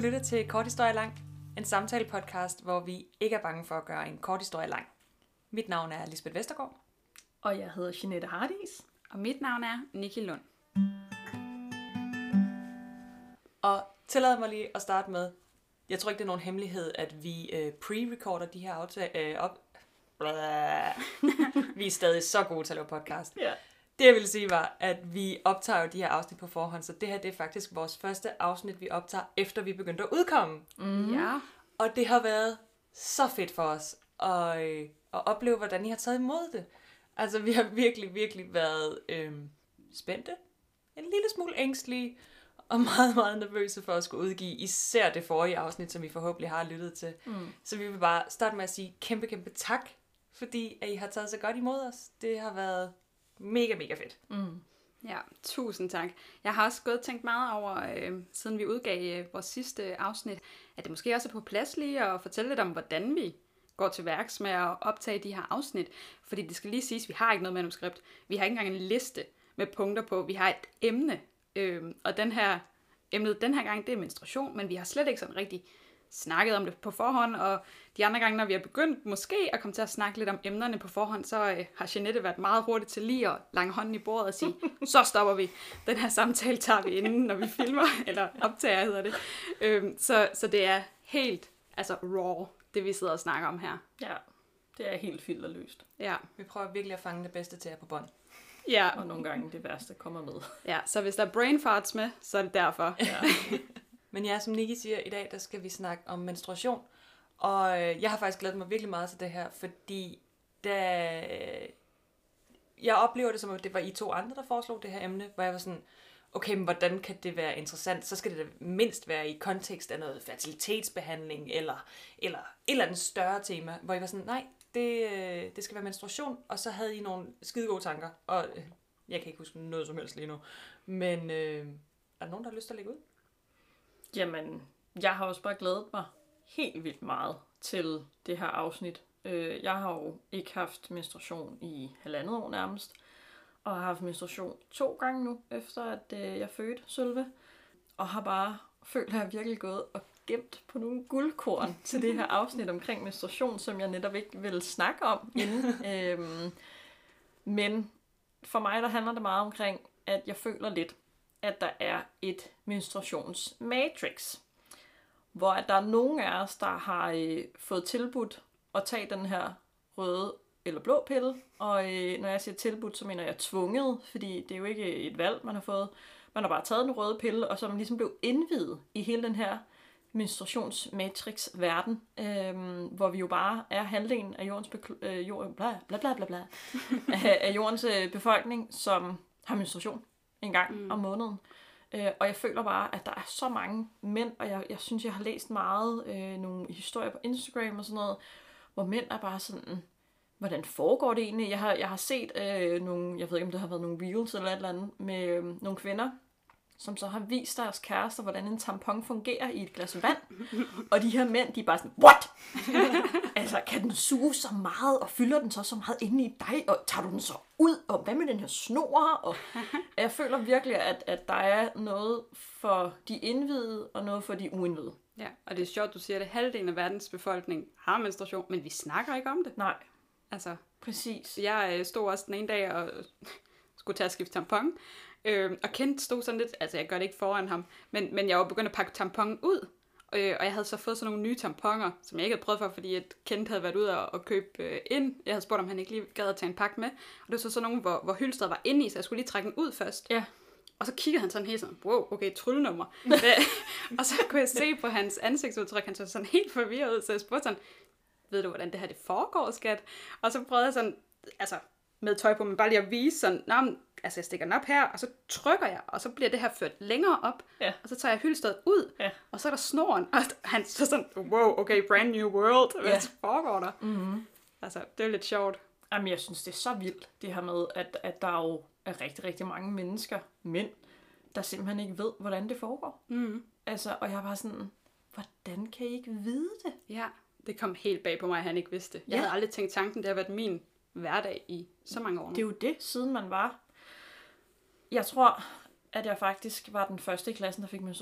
lytter til Kort Historie Lang, en samtale-podcast, hvor vi ikke er bange for at gøre en kort historie lang. Mit navn er Lisbeth Vestergaard. Og jeg hedder Jeanette Hardis. Og mit navn er Nikki Lund. Og tillad mig lige at starte med, jeg tror ikke, det er nogen hemmelighed, at vi pre-recorder de her Vi er stadig så gode til at lave podcast. Ja. Det jeg ville sige var, at vi optager jo de her afsnit på forhånd, så det her det er faktisk vores første afsnit, vi optager, efter vi begyndte at udkomme. Mm. Ja. Og det har været så fedt for os at opleve, hvordan I har taget imod det. Altså, vi har virkelig været spændte, en lille smule ængstelige, og meget, meget nervøse for at skulle udgive især det forrige afsnit, som vi forhåbentlig har lyttet til. Så vi vil bare starte med at sige kæmpe tak, fordi at I har taget så godt imod os. Det har været mega fedt. Ja, tusind tak. Jeg har også gået og tænkt meget over, siden vi udgav vores sidste afsnit, at det måske også er på plads lige at fortælle lidt om, hvordan vi går til værks med at optage de her afsnit. Fordi det skal lige siges, at vi har ikke noget manuskript. Vi har ikke engang en liste med punkter på. Vi har et emne, og emnet den her gang, det er menstruation, men vi har slet ikke sådan rigtig snakket om det på forhånd, og de andre gange, når vi har begyndt måske at komme til at snakke lidt om emnerne på forhånd, så har Jeanette været meget hurtigt til lige at lange hånden i bordet og sige, så stopper vi. Den her samtale tager vi inden, når vi filmer, eller optager hedder det. Så det er helt raw, det vi sidder og snakker om her. Ja, det er helt filterløst. Ja. Vi prøver virkelig at fange det bedste til jer på bånd. Ja. Og nogle gange det værste kommer med. Ja, så hvis der er brain farts med, så er det derfor. Ja. Men ja, som Nikki siger, i dag der skal vi snakke om menstruation. Og jeg har faktisk glædet mig virkelig meget til det her, fordi jeg oplever det som, at det var I to andre, der foreslog det her emne, hvor jeg var sådan, okay, men hvordan kan det være interessant? Så skal det da mindst være i kontekst af noget fertilitetsbehandling, eller et eller andet større tema, hvor I var sådan, nej, det skal være menstruation, og så havde I nogle skide gode tanker, og jeg kan ikke huske noget som helst lige nu. Men er der nogen, der har lyst til at lægge ud? Jamen, jeg har også bare glædet mig helt vildt meget til det her afsnit. Jeg har jo ikke haft menstruation i 1,5 år nærmest, og har haft menstruation 2 gange nu, efter at jeg fødte Sølve, og har bare følt, at jeg virkelig gået og gemt på nogle guldkorn til det her afsnit omkring menstruation, som jeg netop ikke vil snakke om inden. Men for mig, der handler det meget omkring, at jeg føler lidt, at der er et menstruationsmatrix, hvor der er nogen af os, der har fået tilbudt at tage den her røde eller blå pille, og når jeg siger tilbudt, så mener jeg tvunget, fordi det er jo ikke et valg, man har fået. Man har bare taget den røde pille, og så er man ligesom blevet indviet i hele den her menstruationsmatrix-verden, hvor vi jo bare er halvdelen af af jordens befolkning, som har menstruation en gang om måneden. Og jeg føler bare, at der er så mange mænd, og jeg synes, jeg har læst meget nogle historier på Instagram og sådan noget, hvor mænd er bare sådan, hvordan foregår det egentlig? Jeg har set nogle, jeg ved ikke, om det har været nogle reels eller et eller andet, med nogle kvinder, som så har vist deres kærester, hvordan en tampon fungerer i et glas vand. Og de her mænd, de er bare sådan, what? Altså, kan den suge så meget, og fylder den så meget inde i dig, og tager du den så ud, og hvad med den her snor? Og jeg føler virkelig, at der er noget for de indvidede, og noget for de uindvidede. Ja, og det er sjovt, du siger det, halvdelen af verdens befolkning har menstruation, men vi snakker ikke om det. Nej, altså, præcis. Jeg stod også den ene dag og skulle tage at skifte tampon, og Kent stod sådan lidt, altså jeg gør det ikke foran ham, men jeg var begyndt at pakke tamponen ud, og jeg havde så fået sådan nogle nye tamponer, som jeg ikke havde prøvet for, fordi at Kent havde været ude og købe ind. Jeg havde spurgt, om han ikke lige gad at tage en pakke med, og det var så sådan nogle, hvor hylstret var inde i, så jeg skulle lige trække den ud først. Ja. Og så kiggede han sådan helt sådan, wow, okay, tryllenummer. Og så kunne jeg se på hans ansigtsudtryk, han så sådan helt forvirret ud, så jeg spurgte sådan, ved du, hvordan det her det foregår, skat? Og så prøvede jeg sådan, altså med tøj på, men bare lige at vise sådan, altså jeg stikker den op her, og så trykker jeg, og så bliver det her ført længere op, og så tager jeg hylstret ud, og så er der snoren, og han så sådan, wow, okay, brand new world, hvad foregår der? Mm-hmm. Altså, det er lidt sjovt. Jamen, jeg synes, det er så vildt, det her med, at der jo er rigtig, rigtig mange mennesker, mænd, der simpelthen ikke ved, hvordan det foregår. Mm. Altså, og jeg var sådan, hvordan kan I ikke vide det? Ja, det kom helt bag på mig, at han ikke vidste. Jeg havde aldrig tænkt tanken, det har været min hverdag i så mange år nu. Det er jo det, siden man var. Jeg tror, at jeg faktisk var den første i klassen, der fik menstruation.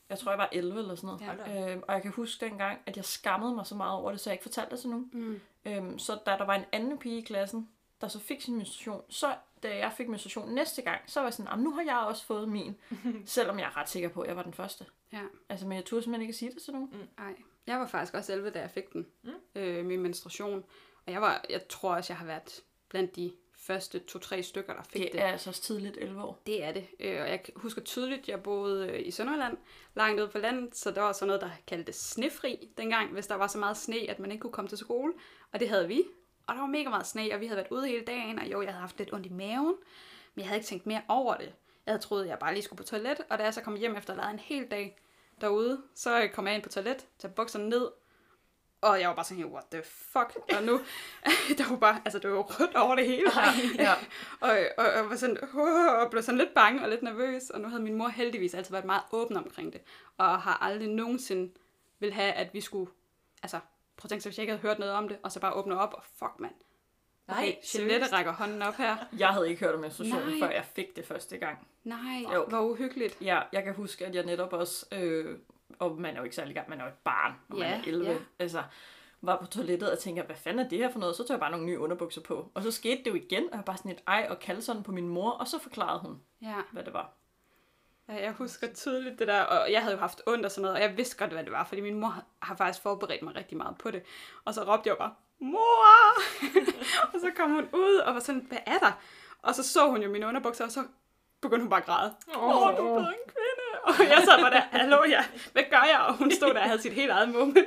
Jeg tror, jeg var 11 eller sådan noget. Ja. Og jeg kan huske dengang, at jeg skammede mig så meget over det, så jeg ikke fortalte det til nogen. Så da der var en anden pige i klassen, der så fik sin menstruation, så da jeg fik menstruation næste gang, så var jeg sådan, nu har jeg også fået min. Selvom jeg er ret sikker på, at jeg var den første. Ja. Altså, men jeg turde simpelthen ikke at sige det til nogen. Nej, jeg var faktisk også 11, da jeg fik den. Min menstruation. Og jeg tror også, jeg har været blandt de første 2-3 stykker, der fik det. Det er altså også tidligt 11 år. Det er det. Og jeg husker tydeligt, jeg boede i Sønderjylland, langt ude på landet, så der var sådan noget, der kaldtes snefri dengang, hvis der var så meget sne, at man ikke kunne komme til skole. Og det havde vi. Og der var mega meget sne, og vi havde været ude hele dagen, og jo, jeg havde haft lidt ondt i maven, men jeg havde ikke tænkt mere over det. Jeg havde troet, at jeg bare lige skulle på toilet, og da jeg så kom hjem efter at have lavet en hel dag derude, så kom jeg ind på toilet, tager bukserne ned, og jeg var bare sådan, what the fuck? Og nu, det var bare, altså det var rødt over det hele. Ja. og var sådan, og blev sådan lidt bange og lidt nervøs, og nu havde min mor heldigvis altid været meget åben omkring det, og har aldrig nogensinde vil have, at vi skulle, altså, prøv at tænke sig, hvis jeg ikke havde hørt noget om det, og så bare åbne op, og fuck, mand. Okay, Jeanette rækker hånden op her. Jeg havde ikke hørt om menstruation, før jeg fik det første gang. Nej, hvor uhyggeligt. Ja, jeg kan huske, at jeg netop også, og man er jo ikke særlig gang, man er jo et barn, når man er 11, altså, var på toilettet og tænkte, hvad fanden er det her for noget? Så tog jeg bare nogle nye underbukser på. Og så skete det jo igen, og jeg bare sådan et og kaldte sådan på min mor, og så forklarede hun, hvad det var. Ja, jeg husker tydeligt det der, og jeg havde jo haft ondt og sådan noget, og jeg vidste godt, hvad det var, fordi min mor har faktisk forberedt mig rigtig meget på det. Og så råbte jeg bare, mor! Og så kom hun ud og var sådan, hvad er der? Og så hun jo mine underbukser, og så begyndte hun bare at græde. Du er blevet en kvinde! Og jeg sad bare der, hallo, hvad gør jeg? Og hun stod der og havde sit helt eget moment.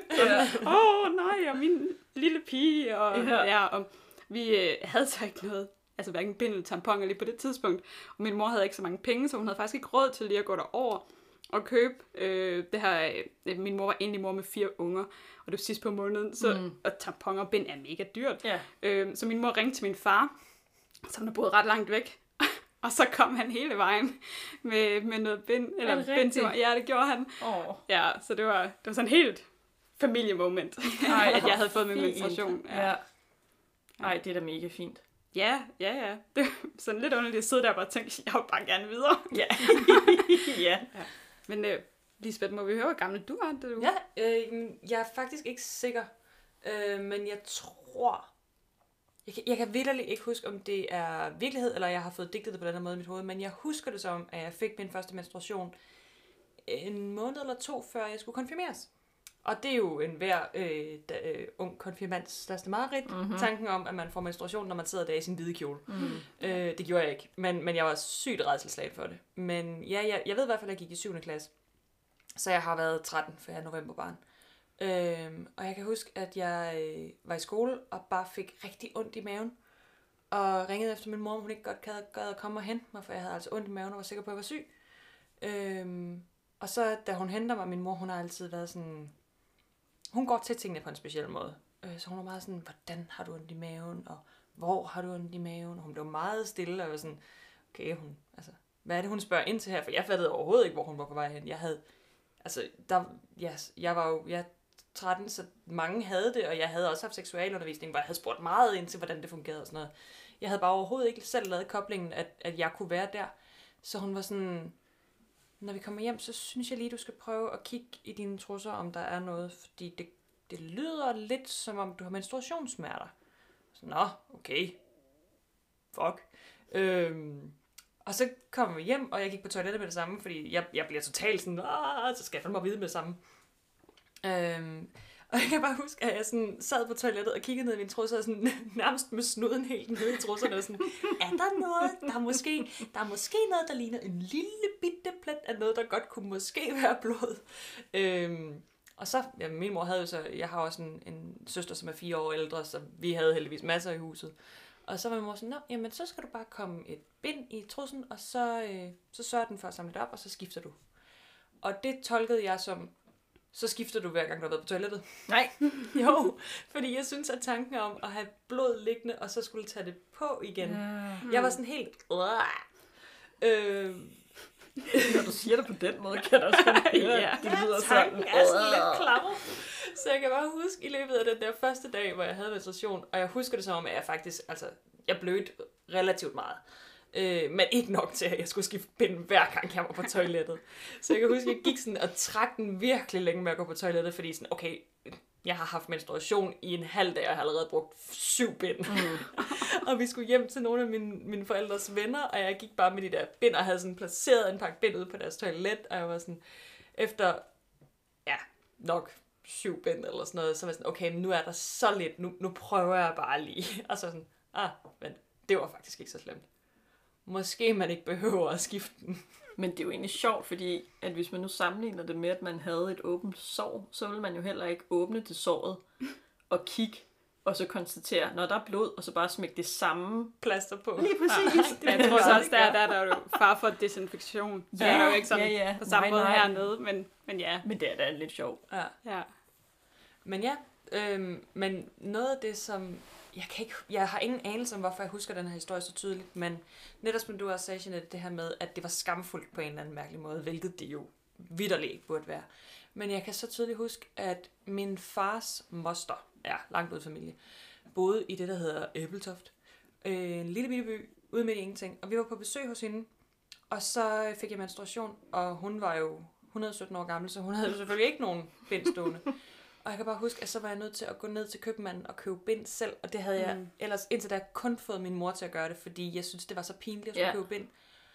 Nej, og min lille pige, og og vi havde så ikke noget, altså hverken bind eller tamponer lige på det tidspunkt. Og min mor havde ikke så mange penge, så hun havde faktisk ikke råd til lige at gå derover og købe det her. Min mor var egentlig mor med 4 unger, og det var sidst på måneden, så, og tamponer og bind er mega dyrt. Så min mor ringte til min far, som der boede ret langt væk, og så kom han hele vejen med noget bind, eller bind til mig. Ja, det gjorde han. Ja, så det var sådan helt familiemoment, at jeg havde fået min menstruation. Ja. Ej, det er da mega fint. Ja. Det er sådan lidt underligt at sidde der og bare tænke, jeg vil bare gerne videre. Ja. Men Lisbeth, må vi høre, hvor gammel du er? Ja, jeg er faktisk ikke sikker, men jeg tror... Jeg kan vitterligt ikke huske, om det er virkelighed, eller jeg har fået digtet det på den her måde i mit hoved, men jeg husker det som, at jeg fik min første menstruation en måned eller 2, før jeg skulle konfirmeres. Og det er jo enhver ung konfirmands største mareridt, tanken om, at man får menstruation, når man sidder der i sin hvide kjole. Det gjorde jeg ikke, men jeg var sygt rædselsslagen for det. Men ja, jeg ved i hvert fald, at jeg gik i 7. klasse, så jeg har været 13, for jeg er novemberbarn. Og jeg kan huske, at jeg var i skole og bare fik rigtig ondt i maven. Og ringede efter min mor, om hun ikke godt gad at komme og hente mig, for jeg havde altså ondt i maven og var sikker på, at jeg var syg. Og så da hun henter mig, min mor, hun har altid været sådan... Hun går til tingene på en speciel måde. Så hun var meget sådan, hvordan har du ondt i maven? Og hvor har du ondt i maven? Og hun blev meget stille og var sådan, okay, hvad er det, hun spørger ind til her? For jeg fattede overhovedet ikke, hvor hun var på vej hen. Jeg var jo 13, så mange havde det, og jeg havde også haft seksualundervisning, hvor jeg havde spurgt meget ind til, hvordan det fungerede og sådan noget. Jeg havde bare overhovedet ikke selv lavet koblingen, at jeg kunne være der. Så hun var sådan, når vi kommer hjem, så synes jeg lige, du skal prøve at kigge i dine trusser, om der er noget, fordi det lyder lidt, som om du har menstruationssmerter. Så, nå, okay. Fuck. Og så kom vi hjem, og jeg gik på toilettet med det samme, fordi jeg bliver totalt sådan, så skal jeg fandme vide med det samme. Og jeg kan bare huske, at jeg sådan sad på toilettet og kiggede ned i mine trusser, og sådan, nærmest med snuden helt nede i trusserne, og sådan, er der noget? Der er måske noget, der ligner en lille bitte plet af noget, der godt kunne måske være blod. Og så, min mor havde jo så, jeg har også en søster, som er 4 år ældre, så vi havde heldigvis masser i huset. Og så var min mor sådan, jamen så skal du bare komme et bind i trussen, og så sørger den for at samle det op, og så skifter du. Og det tolkede jeg som, så skifter du hver gang, du har været på toilettet. Nej. Jo, fordi jeg synes, at tanken om at have blod liggende, og så skulle tage det på igen. Jeg var sådan helt... Når du siger det på den måde, kan jeg også godt høre, det lyder sådan. Er sådan lidt klammer. Så jeg kan bare huske i løbet af den der første dag, hvor jeg havde menstruation, og jeg husker det som om, at jeg faktisk, jeg blødte relativt meget. Men ikke nok til, at jeg skulle skifte bind hver gang jeg var på toilettet. Så jeg kan huske, at jeg gik sådan og trak den virkelig længe med at gå på toilettet, fordi sådan, okay, jeg har haft menstruation i en halv dag, og jeg har allerede brugt 7 bind. Og vi skulle hjem til nogle af mine forældres venner, og jeg gik bare med de der bind, og havde sådan placeret en pakke bind ude på deres toilet, og jeg var sådan, efter, nok 7 bind eller sådan noget, så var jeg sådan, okay, men nu er der så lidt, nu prøver jeg bare lige. Og så sådan, men det var faktisk ikke så slemt. Måske man ikke behøver at skifte den. Men det er jo egentlig sjovt, fordi at hvis man nu sammenligner det med, at man havde et åbent sår, så vil man jo heller ikke åbne det såret og kigge, og så konstatere, når der er blod, og så bare smække det samme plaster på. Lige præcis. Ja, jeg tror så også, der er jo far for desinfektion. Så er der jo ikke sådan på samme måde hernede, men ja. Men det er da lidt sjovt. Ja. Men ja, men noget af det, som... Jeg har ingen anelse om, hvorfor jeg husker den her historie så tydeligt, men netop som du også sagde, Jeanette, det her med, at det var skamfuldt på en eller anden mærkelig måde, hvilket det jo vitterligt ikke burde være. Men jeg kan så tydeligt huske, at min fars moster, langt ud familie, boede i det, der hedder Æbeltoft. En lille bitte by, ude midt i ingenting. Og vi var på besøg hos hende, og så fik jeg menstruation, og hun var jo 117 år gammel, så hun havde jo selvfølgelig ikke nogen bind stående. Og jeg kan bare huske, at så var jeg nødt til at gå ned til købmanden og købe bind selv, og det havde jeg ellers indtil da kun fået min mor til at gøre det, fordi jeg synes, det var så pinligt at skulle købe bind.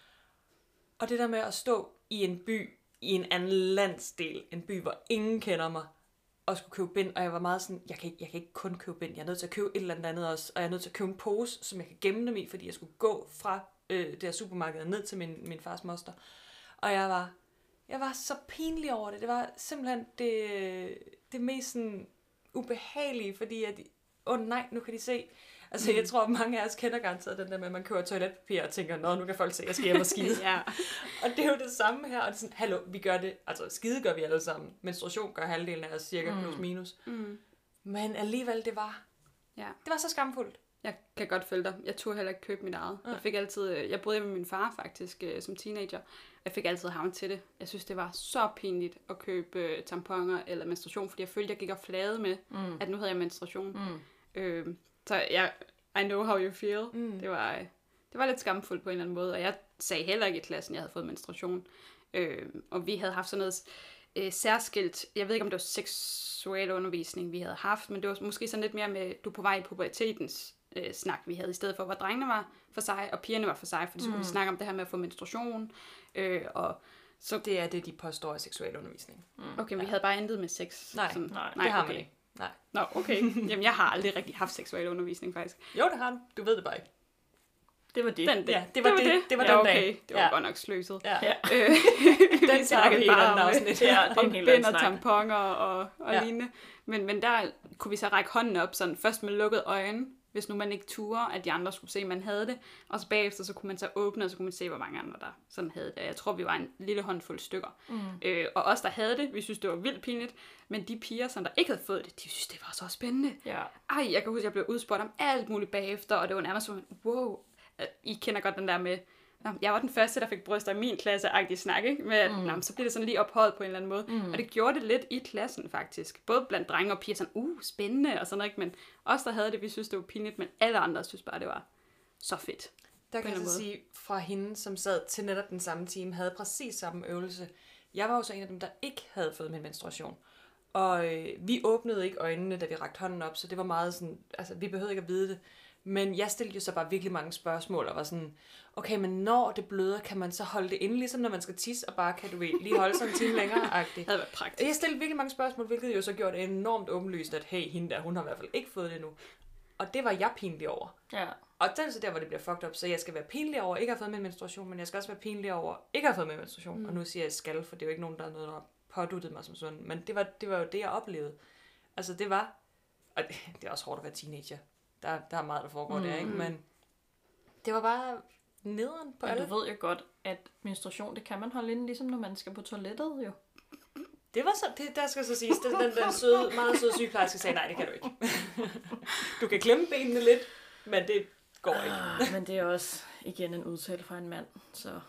Og det der med at stå i en by, i en anden landsdel, en by, hvor ingen kender mig, og skulle købe bind, og jeg var meget sådan, jeg kan ikke kun købe bind, jeg er nødt til at købe et eller andet også, og jeg er nødt til at købe en pose, som jeg kan gemme dem i, fordi jeg skulle gå fra det her supermarked ned til min fars moster. Og jeg var så pinlig over det. Det var simpelthen det mest sådan ubehagelige, fordi at, nej, nu kan de se. Altså, jeg tror, at mange af os kender garanteret den der med, at man køber toiletpapir og tænker, nu kan folk se, at jeg skal hjem og skide. Og det er jo det samme her, og det er sådan, hallo, vi gør det, altså skide gør vi alle sammen. Menstruation gør halvdelen af os, cirka plus minus. Men alligevel, det var så skamfuldt. Jeg kan godt følge dig. Jeg turde heller ikke købe mit eget. Jeg boede med min far faktisk som teenager. Jeg fik altid havn til det. Jeg synes, det var så pinligt at købe tamponer eller menstruation, fordi jeg følte, jeg gik og flade med, at nu havde jeg menstruation. Så I know how you feel. Det var lidt skamfuldt på en eller anden måde, og jeg sagde heller ikke i klassen, at jeg havde fået menstruation. Og vi havde haft sådan noget særskilt, jeg ved ikke, om det var seksualundervisning, vi havde haft, men det var måske sådan lidt mere med, du er på vej i pubertetens snak, vi havde, i stedet for, hvor drengene var for sig, og pigerne var for sig, fordi så kunne vi snakke om det her med at få menstruation, og så... Det er det, de påstår af seksualundervisning. Okay, men vi havde bare intet med sex. Nej, det har man ikke. Nej. Nå, okay. Jamen, jeg har aldrig rigtig haft seksualundervisning, faktisk. Jo, det har du ved det bare ikke. Det var det. Det var den dag. Det var godt nok sløset. Den snakkede vi i den afsnit. Om bind og tamponer og lignende. Men der kunne vi så række hånden op, sådan først med lukkede øjne, hvis nu man ikke turde, at de andre skulle se, at man havde det. Og så bagefter, så kunne man så åbne, og så kunne man se, hvor mange andre der sådan havde det. Jeg tror, vi var en lille håndfuld stykker. Og os, der havde det, vi synes, det var vildt pinligt. Men de piger, som der ikke havde fået det, de synes, det var så spændende. Ja. Ej, jeg kan huske, jeg blev udspurgt om alt muligt bagefter, og det var nærmest sådan, wow. I kender godt den der med, jeg var den første, der fik bryster i min klasse-agtig snak, ikke? Med, at, så bliver det sådan lige ophøjet på en eller anden måde. Og det gjorde det lidt i klassen, faktisk. Både blandt drenge og piger, sådan, spændende og sådan noget, men os, der havde det, vi synes, det var pinligt, men alle andre synes bare, det var så fedt. Der kan jeg så sige, fra hende, som sad til netop den samme time, havde præcis samme øvelse. Jeg var jo så en af dem, der ikke havde fået min menstruation. Og vi åbnede ikke øjnene, da vi rakte hånden op, så det var meget sådan, altså vi behøvede ikke at vide det. Men jeg stillede jo så bare virkelig mange spørgsmål, og var sådan, okay, men når det bløder, kan man så holde det inde, ligesom når man skal tisse, og bare kan du lige holde sig en time længere-agtigt. Det havde været praktisk. Jeg stillede virkelig mange spørgsmål, hvilket jo så gjorde det enormt åbenlyst, at hey, hende der, hun har i hvert fald ikke fået det endnu. Og det var jeg pinlig over. Ja. Og det er så der, hvor det bliver fucked up, så jeg skal være pinlig over ikke at have fået min menstruation, men jeg skal også være pinlig over ikke at have fået min menstruation. Og nu siger jeg skal, for det er jo ikke nogen, der er noget, der har påduttet mig som sådan. Men det var jo det, jeg oplevede. Altså det var, og det er også hårdt at være teenager. Der er meget, der foregår der, ikke? Men det var bare nederen på alle. Du ved jo godt, at menstruation, det kan man holde inde, ligesom når man skal på toilettet, jo. Det var så, der skal så siges, den søde, meget søde sygeplejerske sagde, nej, det kan du ikke. Du kan klemme benene lidt, men det går ikke. Men det er også, igen, en udtale fra en mand, så...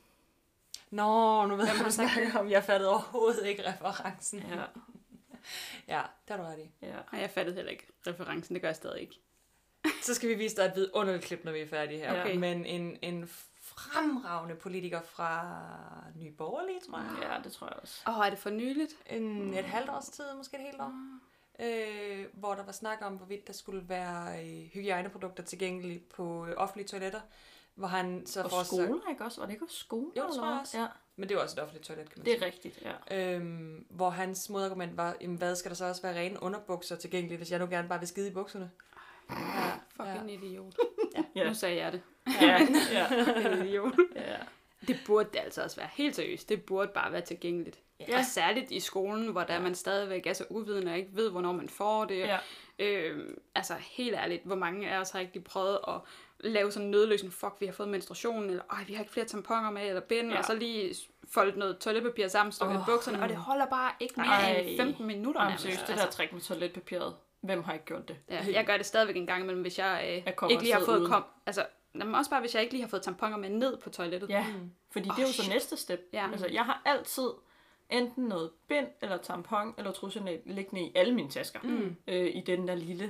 Nu ved jeg, hvad du snakker om. Jeg fattede overhovedet ikke referencen. Ja, der er du ret i. Ja. Og jeg fattede heller ikke referencen, det gør jeg stadig ikke. Så skal vi vise dig et vidunderligt klip, når vi er færdige her. Okay. Men en fremragende politiker fra Nye Borgerlige, tror jeg. Ja, det tror jeg også. Er det for nyligt? Et halvt års tid, måske et helt år. Hvor der var snak om, hvorvidt der skulle være hygiejneprodukter tilgængelige på offentlige toiletter. Hvor han så Og skoler, ikke også? Var det ikke også skoler? Jo, tror jeg eller også. hvad? Ja, Men det er jo også et offentligt toilet, kan man det er sige. rigtigt, ja. Hvor hans modargument var, jamen, hvad skal der så også være rene underbukser tilgængelige, hvis jeg nu gerne bare vil skide i bukserne? Ja, Fucking idiot. Ja. Nu sagde jeg det. Ja, ja, Fucking idiot. ja. Det burde det altså også være. Helt seriøst. Det burde bare være tilgængeligt. Ja. Og særligt i skolen, hvor der man stadigvæk er så uvidende og ikke ved, hvornår man får det. Ja. Altså helt ærligt, hvor mange af os har ikke lige prøvet at lave sådan en nødløsning. Fuck, vi har fået menstruation, eller vi har ikke flere tamponer med, eller bind, og så lige foldet noget toiletpapir sammen, stukket i bukserne, og det holder bare ikke mere end 15 minutter. Jamen, seriøst, det der trick med toiletpapiret. Hvem har ikke gjort det? Ja, jeg gør det stadigvæk en gang imellem, hvis jeg ikke lige har fået men også bare, hvis jeg ikke lige har fået tamponer med ned på toilettet. Ja, fordi det er jo så næste step. Ja. Altså, jeg har altid enten noget bind, eller tampon, eller trussenet liggende i alle mine tasker. I den der lille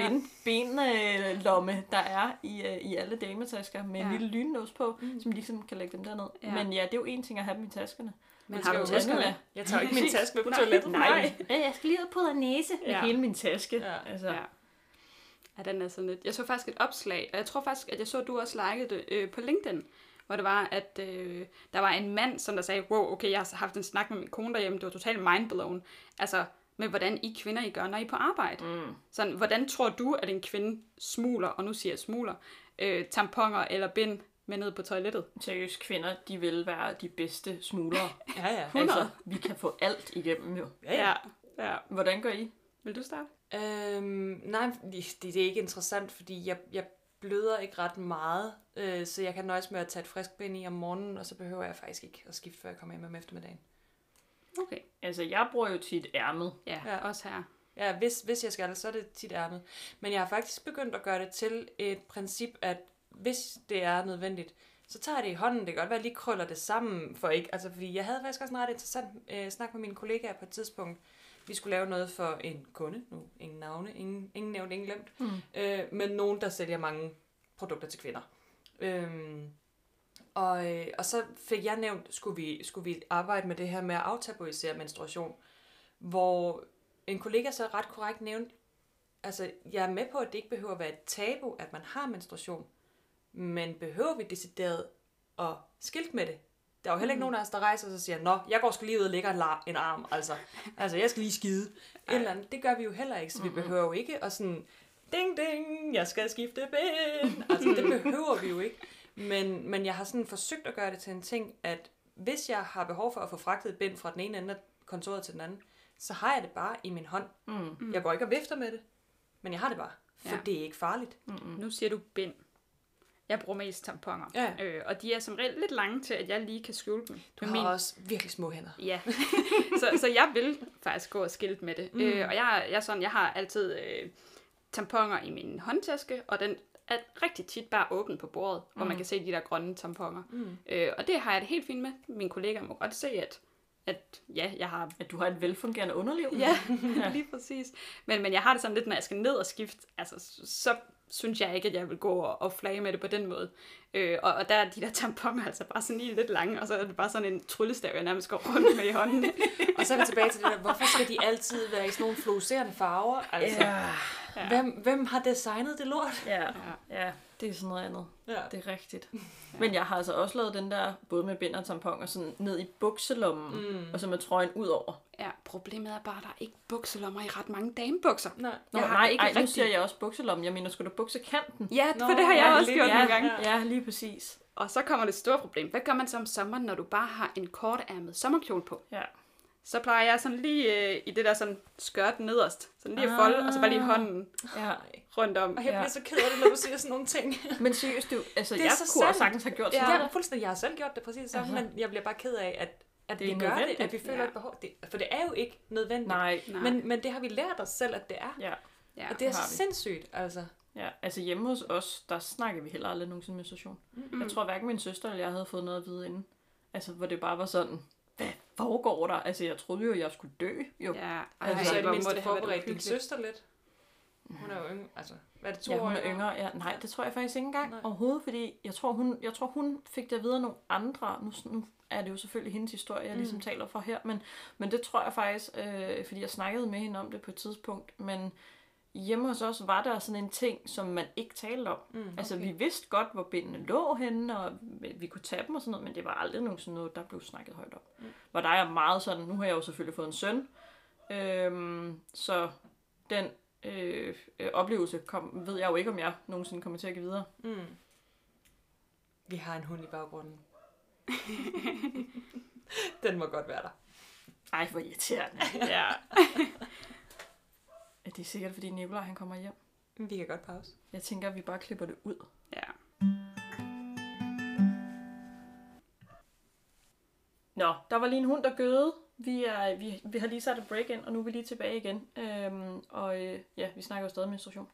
benlomme, der er i alle dametasker, med en lille lynnås på, som ligesom kan lægge dem derned. Ja. Men ja, det er jo en ting at have min taskerne. Men Skal har jo du huske, tasken med? at jeg tager ikke min taske med på toilettet. Nej, jeg skal lige ud på næse med Ja. hele min taske. Ja. Altså, Ja, den er sådan lidt. Jeg så faktisk et opslag, og jeg tror faktisk, at jeg så, at du også likede det på LinkedIn, hvor det var, at der var en mand, som der sagde, wow, okay, jeg har haft en snak med min kone derhjemme, det var totalt mindblown. Altså, med hvordan I kvinder, I gør, når I er på arbejde. Sådan, hvordan tror du, at en kvinde smuler, og nu siger jeg smuler, tamponer eller bind med ned på toilettet? seriøst, kvinder, de vil være de bedste smuglere. Ja. Altså, vi kan få alt igennem jo. Ja. Ja. Hvordan gør I? Vil du starte? Nej, det er ikke interessant, fordi jeg bløder ikke ret meget, så jeg kan nøjes med at tage et frisk bind i om morgenen, og så behøver jeg faktisk ikke at skifte, før jeg kommer hjem om eftermiddagen. Okay. Altså, jeg bruger jo tit ærmet. Ja, Ja. også her. Ja, hvis jeg skal, så er det tit ærmet. Men jeg har faktisk begyndt at gøre det til et princip, at hvis det er nødvendigt, så tager jeg det i hånden. Det kan godt være, at jeg lige krøller det sammen, fordi jeg havde faktisk også en ret interessant snak med mine kollegaer på et tidspunkt. Vi skulle lave noget for en kunde, nu ingen navne, ingen nævnt, ingen glemt, men nogen, der sælger mange produkter til kvinder. Og så fik jeg nævnt, skulle vi arbejde med det her med at aftabuisere menstruation, hvor en kollega så ret korrekt nævnte, altså jeg er med på, at det ikke behøver at være et tabu, at man har menstruation, men behøver vi decideret at skilte med det? Der er jo heller ikke nogen af os, der rejser sig og siger, nå, jeg går sgu lige ud og lægger en arm, altså jeg skal lige skide. Et eller andet. Det gør vi jo heller ikke, så vi behøver jo ikke at sådan, ding ding, jeg skal skifte ben. Altså det behøver vi jo ikke. Men jeg har sådan forsøgt at gøre det til en ting, at hvis jeg har behov for at få fragtet et bind fra den ene ende af kontoret til den anden, så har jeg det bare i min hånd. Jeg går ikke og vifter med det, men jeg har det bare, for det er ikke farligt. Nu siger du bind. Jeg bruger mest tamponer. Ja. Og de er som regel lidt lange til, at jeg lige kan skjule dem. Du har også virkelig små hænder. Ja, så jeg vil faktisk gå og skilte med det. Og jeg har altid tamponer i min håndtaske, og den er rigtig tit bare åben på bordet, hvor man kan se de der grønne tamponer. Og det har jeg det helt fint med. Mine kollegaer må godt se, at jeg har... At du har et velfungerende underliv. Ja, lige præcis. Men jeg har det sådan lidt, når jeg skal ned og skifte, altså så synes jeg ikke, at jeg vil gå og flage med det på den måde. Og der er de der tamponer altså bare sådan lige lidt lange, og så er det bare sådan en tryllestav, jeg nærmest går rundt med i hånden. Og så er vi tilbage til det der, hvorfor skal de altid være i sådan nogle fluorescerende farver? Altså, hvem har designet det lort? Ja, det er sådan noget andet. Ja. Det er rigtigt. Men jeg har altså også lavet den der, både med bind og tampon, og sådan ned i bukselommen, og så med trøjen ud over. Ja, problemet er bare, at der er ikke bukselommer i ret mange damebukser. Nej. Nu siger jeg også bukselommen. Jeg mener sgu da buksekanten. Ja, for det har jeg også gjort nogle gange. Ja, lige præcis. Og så kommer det store problem. Hvad gør man så om sommeren, når du bare har en kortærmet sommerkjole på? Ja. Så plejer jeg sådan lige i det der sådan skørt nederst. Sådan lige at folde, og så bare lige hånden rundt om. Og jeg bliver så ked af det, når du siger sådan nogle ting. Men seriøst, jeg så kunne sandt. også sagtens have gjort sådan Ja, der. fuldstændig. Jeg har selv gjort det præcis sådan, men jeg bliver bare ked af, at Det vi er gør nødvendigt. det, at vi føler et behov. For det er jo ikke nødvendigt. Nej. Men det har vi lært os selv, at det er. Ja. Og det er så har vi. sindssygt, altså. Ja, altså hjemme hos os, der snakker vi heller aldrig nogensinde menstruation. Jeg tror hverken min søster eller jeg havde fået noget at vide inden. Altså, hvor det bare var sådan, hvad foregår der? Altså, jeg troede jo, jeg skulle dø. Jo. Ja, Altså, så i det hvor mindste må det have været forberedt din uhyggeligt. søster lidt. Hun er jo yngre, altså, hvad er det, 2 Ja, år hun er yngre? yngre. Ja, nej, det tror jeg faktisk ikke engang Nej. overhovedet, fordi jeg tror, hun fik det at vide af nogle andre. Nu er det jo selvfølgelig hendes historie, jeg ligesom taler for her, men det tror jeg faktisk, fordi jeg snakkede med hende om det på et tidspunkt, men hjemme hos os var der sådan en ting, som man ikke talte om. Okay. Altså, vi vidste godt, hvor bindene lå henne, og vi kunne tage dem og sådan noget, men det var aldrig nogen sådan noget, der blev snakket højt om. Hvor der er meget sådan, nu har jeg jo selvfølgelig fået en søn, så den oplevelse ved jeg jo ikke, om jeg nogensinde kommer til at give videre. Vi har en hund i baggrunden. Den må godt være der. Ej, hvor irriterende. Ja. Er det sikkert, fordi Nicolaj han kommer hjem? Vi kan godt pause. Jeg tænker, at vi bare klipper det ud. Ja. Nå, der var lige en hund, der gøede. Vi har lige sat et break ind, og nu er vi lige tilbage igen. Vi snakker jo stadig menstruation.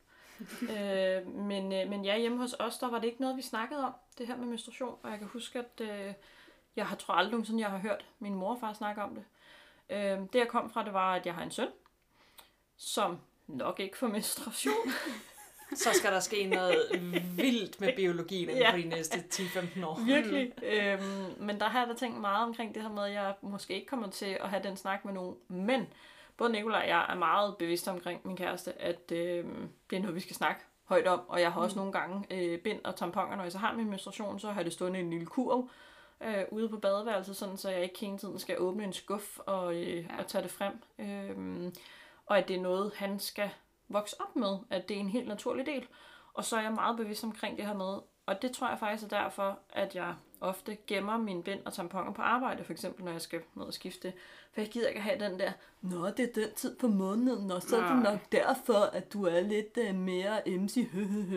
Men ja, hjemme hos os, der var det ikke noget, vi snakkede om, det her med menstruation. Og jeg kan huske, at jeg tror aldrig nogensinde, jeg har hørt min mor og far snakke om det. Det jeg kom fra, det var, at jeg har en søn, som nok ikke får menstruation. Så skal der ske noget vildt med biologien inden for de næste 10-15 år. Virkelig. Men der har jeg da tænkt meget omkring det her med, at jeg måske ikke kommer til at have den snak med nogen. Men både Nicolaj og jeg er meget bevidste omkring min kæreste, at det er noget, vi skal snakke højt om. Og jeg har også nogle gange bind og tamponer, når jeg så har min menstruation, så har det stående en lille kurv ude på badeværelset, sådan, så jeg ikke hele tiden skal åbne en skuff og tage det frem. Og at det er noget, han skal vokse op med, at det er en helt naturlig del. Og så er jeg meget bevidst omkring det her med, og det tror jeg faktisk er derfor, at jeg ofte gemmer mine bind og tamponer på arbejde, for eksempel når jeg skal ned og skifte. For jeg gider ikke have den der, nå, det er den tid på måneden, og så er det nok derfor, at du er lidt mere emsig.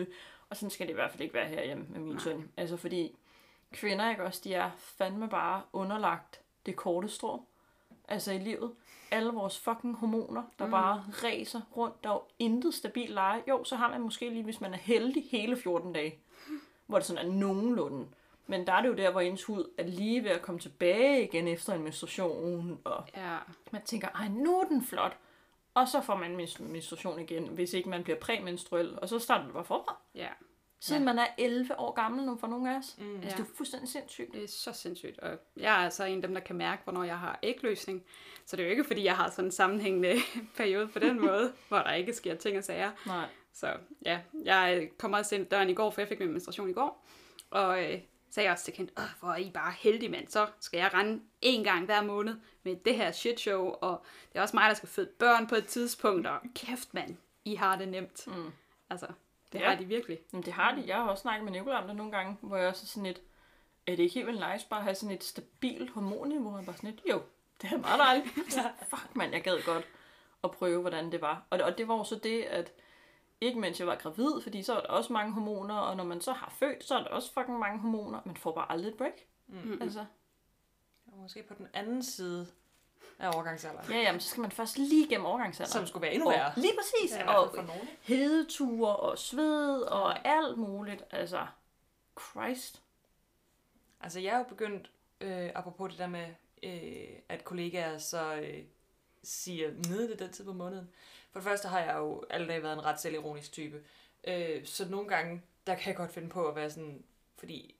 Og sådan skal det i hvert fald ikke være herhjemme med min søn. Altså fordi kvinder, ikke også, de er fandme bare underlagt det korte strå. Altså i livet. Alle vores fucking hormoner, der bare ræser rundt. Der er jo intet stabilt leje. Jo, så har man måske lige, hvis man er heldig, hele 14 dage. Hvor det sådan er nogenlunde. Men der er det jo der, hvor ens hud er lige ved at komme tilbage igen efter en menstruation. Og man tænker, ej, nu er den flot. Og så får man menstruation igen, hvis ikke man bliver præmenstruel. Og så starter det bare forfra. Ja. Siden man er 11 år gammel nu for nogle af os. Altså, det er fuldstændig sindssygt. Det er så sindssygt. Og jeg er altså en af dem, der kan mærke, hvornår jeg har ægløsning. Så det er jo ikke, fordi jeg har sådan en sammenhængende periode på den måde, hvor der ikke sker ting og sager. Nej. Så ja, jeg kom også ind døren i går, for jeg fik min menstruation i går. Og sagde jeg også til Kent, hvor er I bare heldige, mand. Så skal jeg rende 1 gang hver måned med det her shit show. Og det er også mig, der skal føde børn på et tidspunkt. Og kæft, mand, I har det nemt. Altså, det har de virkelig. Men det har de. Jeg har også snakket med Nicolaj om det nogle gange, hvor jeg også er sådan et, er det ikke helt vildt nice bare at have sådan et stabilt hormonniveau? Og bare sådan et, jo, det er meget dejligt. Fuck mand, jeg gad godt at prøve, hvordan det var. Og det var jo så det, at ikke mens jeg var gravid, fordi så er der også mange hormoner, og når man så har født, så er der også fucking mange hormoner. Man får bare aldrig et break. Altså. Måske på den anden side af overgangsalderen. Ja, men så skal man først lige gennem overgangsalderen. Som skulle være endnu værre. Lige præcis. Ja, og for nogen. hedeture og sved og alt muligt. Altså, Christ. Altså, jeg er jo begyndt, apropos det der med, at kollegaer så siger, nede det den tid på måneden. For det første har jeg jo alle dage været en ret selvironisk type. Så nogle gange, der kan jeg godt finde på at være sådan, fordi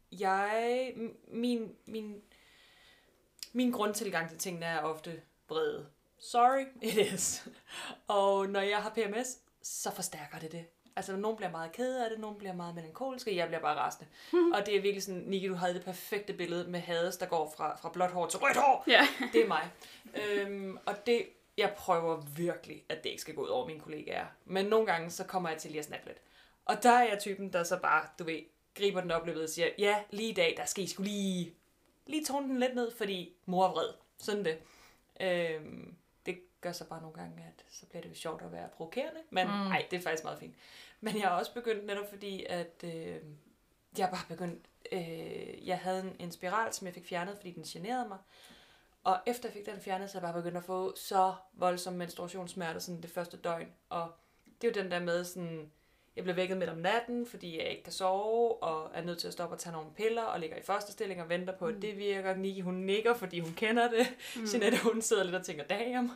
min grundtilgang til tingene er ofte vrede. Sorry, it is. Og når jeg har PMS, så forstærker det. Altså, nogen bliver meget ked af det, nogen bliver meget melankolske, jeg bliver bare rasende. Og det er virkelig sådan, Nikki, du havde det perfekte billede med Hades, der går fra blåt hår til rødt hår. Ja. Det er mig. Og det, jeg prøver virkelig, at det ikke skal gå ud over mine kollegaer. Men nogle gange, så kommer jeg til lige at snappe lidt. Og der er jeg typen, der så bare, du ved, griber den oplevede og siger, ja, lige i dag, der skal I sgu lige tone den lidt ned, fordi mor er vred. Sådan det. Det gør så bare nogle gange, at så bliver det jo sjovt at være provokerende. Men nej, det er faktisk meget fint. Men jeg har også begyndt netop fordi, at jeg bare begyndt, jeg havde en spiral, som jeg fik fjernet, fordi den generede mig. Og efter jeg fik den fjernet, så er jeg bare begyndt at få så voldsom menstruationssmerter sådan det første døgn. Og det er jo den der med sådan, Jeg bliver vækket midt om natten, fordi jeg ikke kan sove, og er nødt til at stoppe og tage nogle piller, og ligger i fosterstilling og venter på, at det virker. Niki, hun nikker, fordi hun kender det. Jeanette, hun sidder lidt og tænker, damn.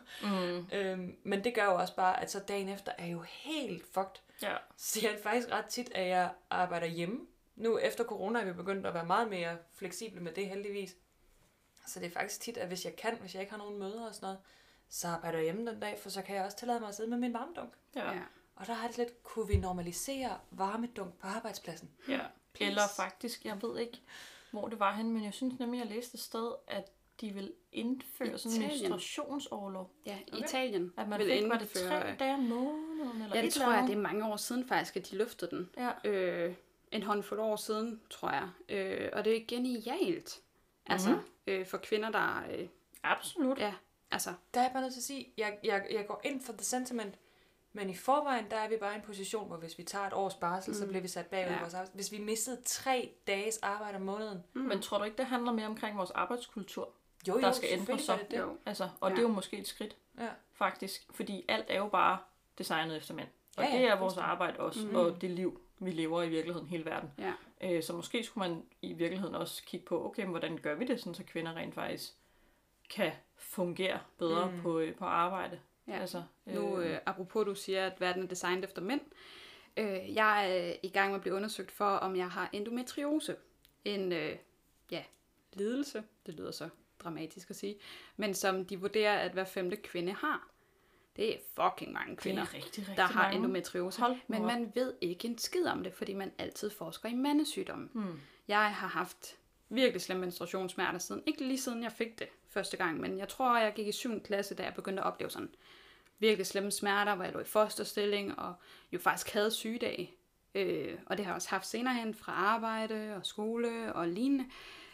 Men det gør jo også bare, at så dagen efter er jo helt fucked. Ja. Så jeg er faktisk ret tit, at jeg arbejder hjemme. Nu efter corona er vi begyndt at være meget mere fleksible med det, heldigvis. Så det er faktisk tit, at hvis jeg ikke har nogen møder og sådan noget, så arbejder jeg hjemme den dag, for så kan jeg også tillade mig at sidde med min varmedunk. Ja. Og der har det lidt, kunne vi normalisere varmedunk på arbejdspladsen? Ja. Eller faktisk, jeg ved ikke, hvor det var henne, men jeg synes nemlig, jeg læste et sted, at de vil indføre sådan en menstruationsorlov. Ja, i Italien At man vil fik, var det 3 dage om måneden? Eller ja, det et tror eller jeg, andet. det er mange år siden faktisk, at de løftede den. Ja. En håndfuld år siden, tror jeg. Og det er genialt. Altså, for kvinder, der... Absolut. Ja, altså... Der er jeg bare nødt til at sige, jeg går ind for the sentiment, men i forvejen, der er vi bare i en position, hvor hvis vi tager et års barsel, så bliver vi sat bagud i vores arbejde. Hvis vi mistede 3 dages arbejde om måneden. Men tror du ikke, det handler mere omkring vores arbejdskultur? Jo, der skal ændres så. det. Altså, og det er jo måske et skridt, faktisk. Fordi alt er jo bare designet efter mænd. Og det er vores arbejde også, og det liv, vi lever i virkeligheden hele verden. Ja. Så måske skulle man i virkeligheden også kigge på, okay, hvordan gør vi det, sådan, så kvinder rent faktisk kan fungere bedre på arbejde. Ja. Altså, Nu, apropos du siger, at verden er designet efter mænd. Jeg er i gang med at blive undersøgt for, om jeg har endometriose. En lidelse, det lyder så dramatisk at sige, men som de vurderer, at hver 5. kvinde har. Det er fucking mange kvinder, rigtig der har mange. endometriose. Men man ved ikke en skid om det, fordi man altid forsker i mandesygdomme. Jeg har haft virkelig slemme menstruationssmerter siden, ikke lige siden jeg fik det første gang, men jeg tror, jeg gik i 7. klasse, da jeg begyndte at opleve sådan virkelig slemme smerter, hvor jeg lå i fosterstilling, og jo faktisk havde sygedage. Og det har jeg også haft senere hen fra arbejde og skole og lignende.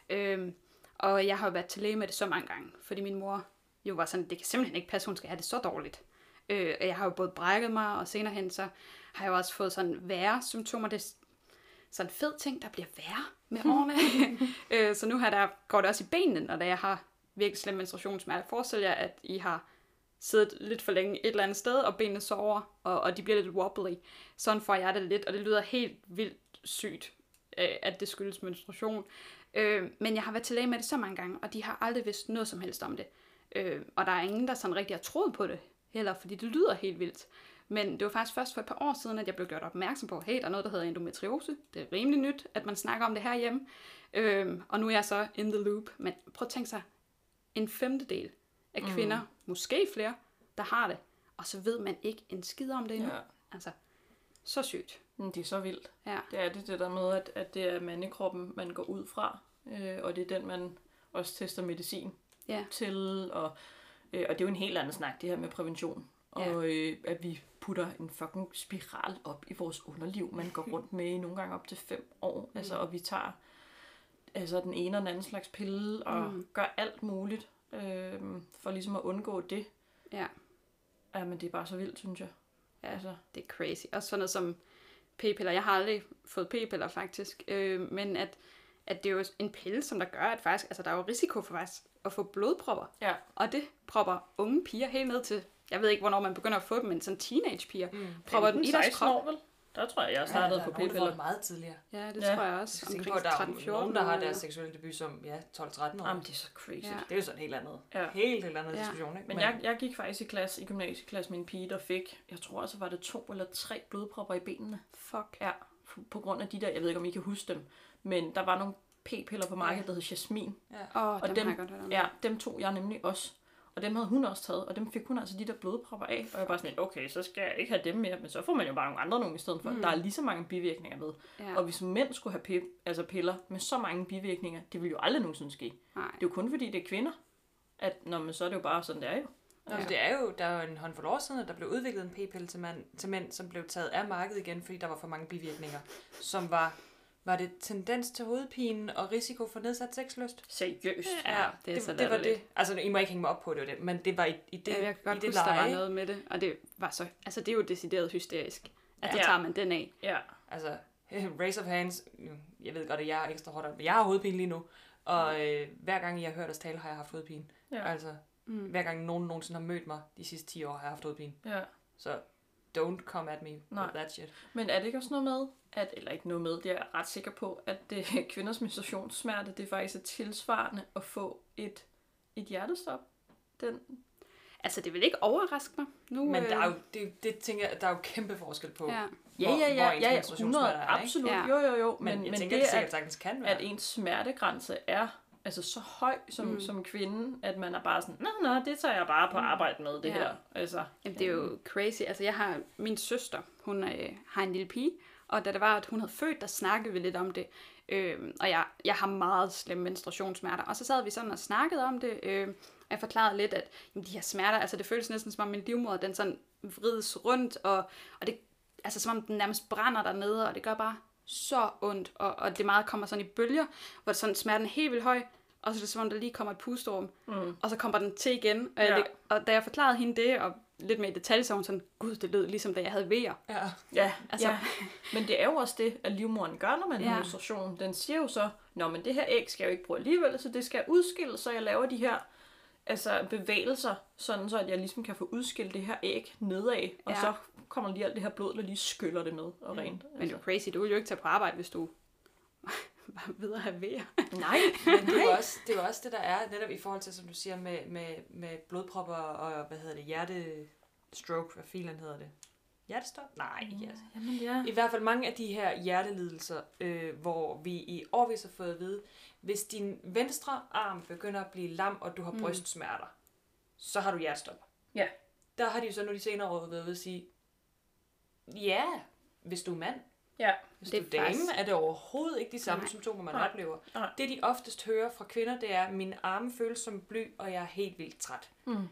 Og jeg har jo været til læge med det så mange gange, fordi min mor jo var sådan, det kan simpelthen ikke passe, hun skal have det så dårligt. Og jeg har jo både brækket mig, og senere hen, så har jeg jo også fået sådan værre symptomer. Det er sådan en fed ting, der bliver værre med årene. Så nu går det også i benene, når jeg har virkelig slem menstruationssmerter. Forestil jer, at I har siddet lidt for længe et eller andet sted, og benene sover, og de bliver lidt wobbly. Sådan får jeg det lidt, og det lyder helt vildt sygt, at det skyldes menstruation. Men jeg har været til læge med det så mange gange, og de har aldrig vidst noget som helst om det. Og der er ingen, der sådan rigtig har troet på det heller, fordi det lyder helt vildt. Men det var faktisk først for et par år siden, at jeg blev gjort opmærksom på, hey, der er noget, der hedder endometriose. Det er rimelig nyt, at man snakker om det herhjemme. Og nu er jeg så in the loop. Men prøv at tænke sig, 1/5 af kvinder, måske flere, der har det. Og så ved man ikke en skid om det endnu. Ja. Altså, så sygt. Det er så vildt. Ja. Det er det der med, at det er mandekroppen, man går ud fra. Og det er den, man også tester medicin til. Og det er jo en helt anden snak, det her med prævention. Og at vi putter en fucking spiral op i vores underliv, man går rundt med i nogle gange op til 5 år. Altså, og vi tager den ene og den anden slags pille, og gør alt muligt for ligesom at undgå det. Ja. Ja, men det er bare så vildt, synes jeg. Ja, altså. Det er crazy. Også sådan noget som p-piller. Jeg har aldrig fået p-piller, faktisk. Men at det er jo en pille, som der gør, at faktisk, altså, der er jo risiko for faktisk at få blodpropper. Ja. Og det propper unge piger helt ned til, jeg ved ikke, hvornår man begynder at få dem, men sådan teenage-piger, propper den i deres krop. År, vel? Der tror jeg startede på p-piller. Der er meget tidligere. Ja, det tror jeg også. Jeg tænker på, at der er nogen, der har deres seksuelle debut som 12-13 år. Jamen, det er så crazy. Ja. Det er jo sådan en helt andet, helt andet diskussion. Ikke? Men jeg gik faktisk i gymnasieklasse med en pige, der fik, jeg tror altså, var det 2 eller 3 blodpropper i benene. Fuck. Ja, på grund af de der, jeg ved ikke, om I kan huske dem, men der var nogle p-piller på markedet, der hed Jasmin. Ja. Og dem tog jeg nemlig også. Og dem havde hun også taget, og dem fik hun altså de der blodpropper af. Og jeg var sådan, okay, så skal jeg ikke have dem mere, men så får man jo bare nogle andre i stedet for. Der er lige så mange bivirkninger ved. Ja. Og hvis mænd skulle have piller med så mange bivirkninger, det ville jo aldrig nogensinde ske. Nej. Det er jo kun fordi, det er kvinder, at så er det jo bare sådan, det er jo. Altså, der er jo en håndfuld år siden, at der blev udviklet en p-pille til mænd, som blev taget af markedet igen, fordi der var for mange bivirkninger, som var det tendens til hovedpine og risiko for nedsat sexlyst? Seriøst? Ja, det var det. Altså, I må ikke hænge mig op på det, men det var i det, jeg kan godt i det huske, leje. Der var noget med det, og det var så, altså det er jo decideret hysterisk. Altså, tager man den af. Ja. Altså, raise of hands, jeg ved godt, at jeg er ekstra hårdt, men jeg har hovedpine lige nu, og hver gang jeg har hørt os tale, har jeg haft hovedpine. Ja. Altså, hver gang nogen nogensinde har mødt mig de sidste 10 år, har jeg haft hovedpine. Ja. Så don't come at me with that shit. Men er det ikke også noget med, eller ikke noget med, det er jeg ret sikker på, at kvinders menstruationssmerte, det faktisk er tilsvarende at få et hjertestop? Altså, det vil ikke overraske mig. Nu, Men der er jo, det tænker jeg, der er jo kæmpe forskel på, Ja. hvor ens 100, er, absolut, Ja. jo. Men jeg tænker, det det sikkert sagtens kan være. at ens smertegrænse er altså så høj som kvinde, at man er bare sådan, nå, det tager jeg bare på arbejde med, det her. Altså, Jamen, det er jo crazy. Altså, jeg har min søster, hun har en lille pige, og da det var, at hun havde født, der snakkede vi lidt om det. Og jeg har meget slemme menstruationssmerter. Og så sad vi sådan og snakkede om det, og jeg forklarede lidt, at jamen, de her smerter, altså det føles næsten som om min livmoder, den sådan vrides rundt, og det, altså som om den nærmest brænder dernede, og det gør bare så ondt, og det meget kommer sådan i bølger, hvor det sådan smerten er helt vildt høj, og så er det som om, der lige kommer et pusterum, og så kommer den til igen. Og da jeg forklarede hende det, og lidt mere i detalje, så var hun sådan, gud, det lød ligesom da jeg havde vejer. Ja, Altså- ja. Men det er jo også det, at livmoderen gør, når man har menstruation. Den siger jo så, nå, men det her æg skal jeg jo ikke bruge alligevel, så det skal udskilles, så jeg laver de her bevægelser, sådan så at jeg ligesom kan få udskilt det her æg nedad, og så kommer lige alt det her blod, der lige skyller det med og rent. Men det er jo crazy, du vil jo ikke tage på arbejde, hvis du var ved at have vejer. Nej, Men det er jo også det, der er, netop i forhold til, som du siger, med blodpropper og, hjertestroke, hvad filen hedder det? Hjertestop? Nej, ikke Jamen, ja. I hvert fald mange af de her hjertelidelser, hvor vi i årvis har fået at vide, hvis din venstre arm begynder at blive lam, og du har brystsmerter, så har du hjertestop. Ja. Der har de jo så nu de senere år været ved at sige, ja, hvis du er mand, Ja. hvis Det du er er dame, faktisk- er det overhovedet ikke de samme Nej. symptomer, man Nej. oplever. Nej. Det de oftest hører fra kvinder, det er, at mine arme føles som bly, og jeg er helt vildt træt.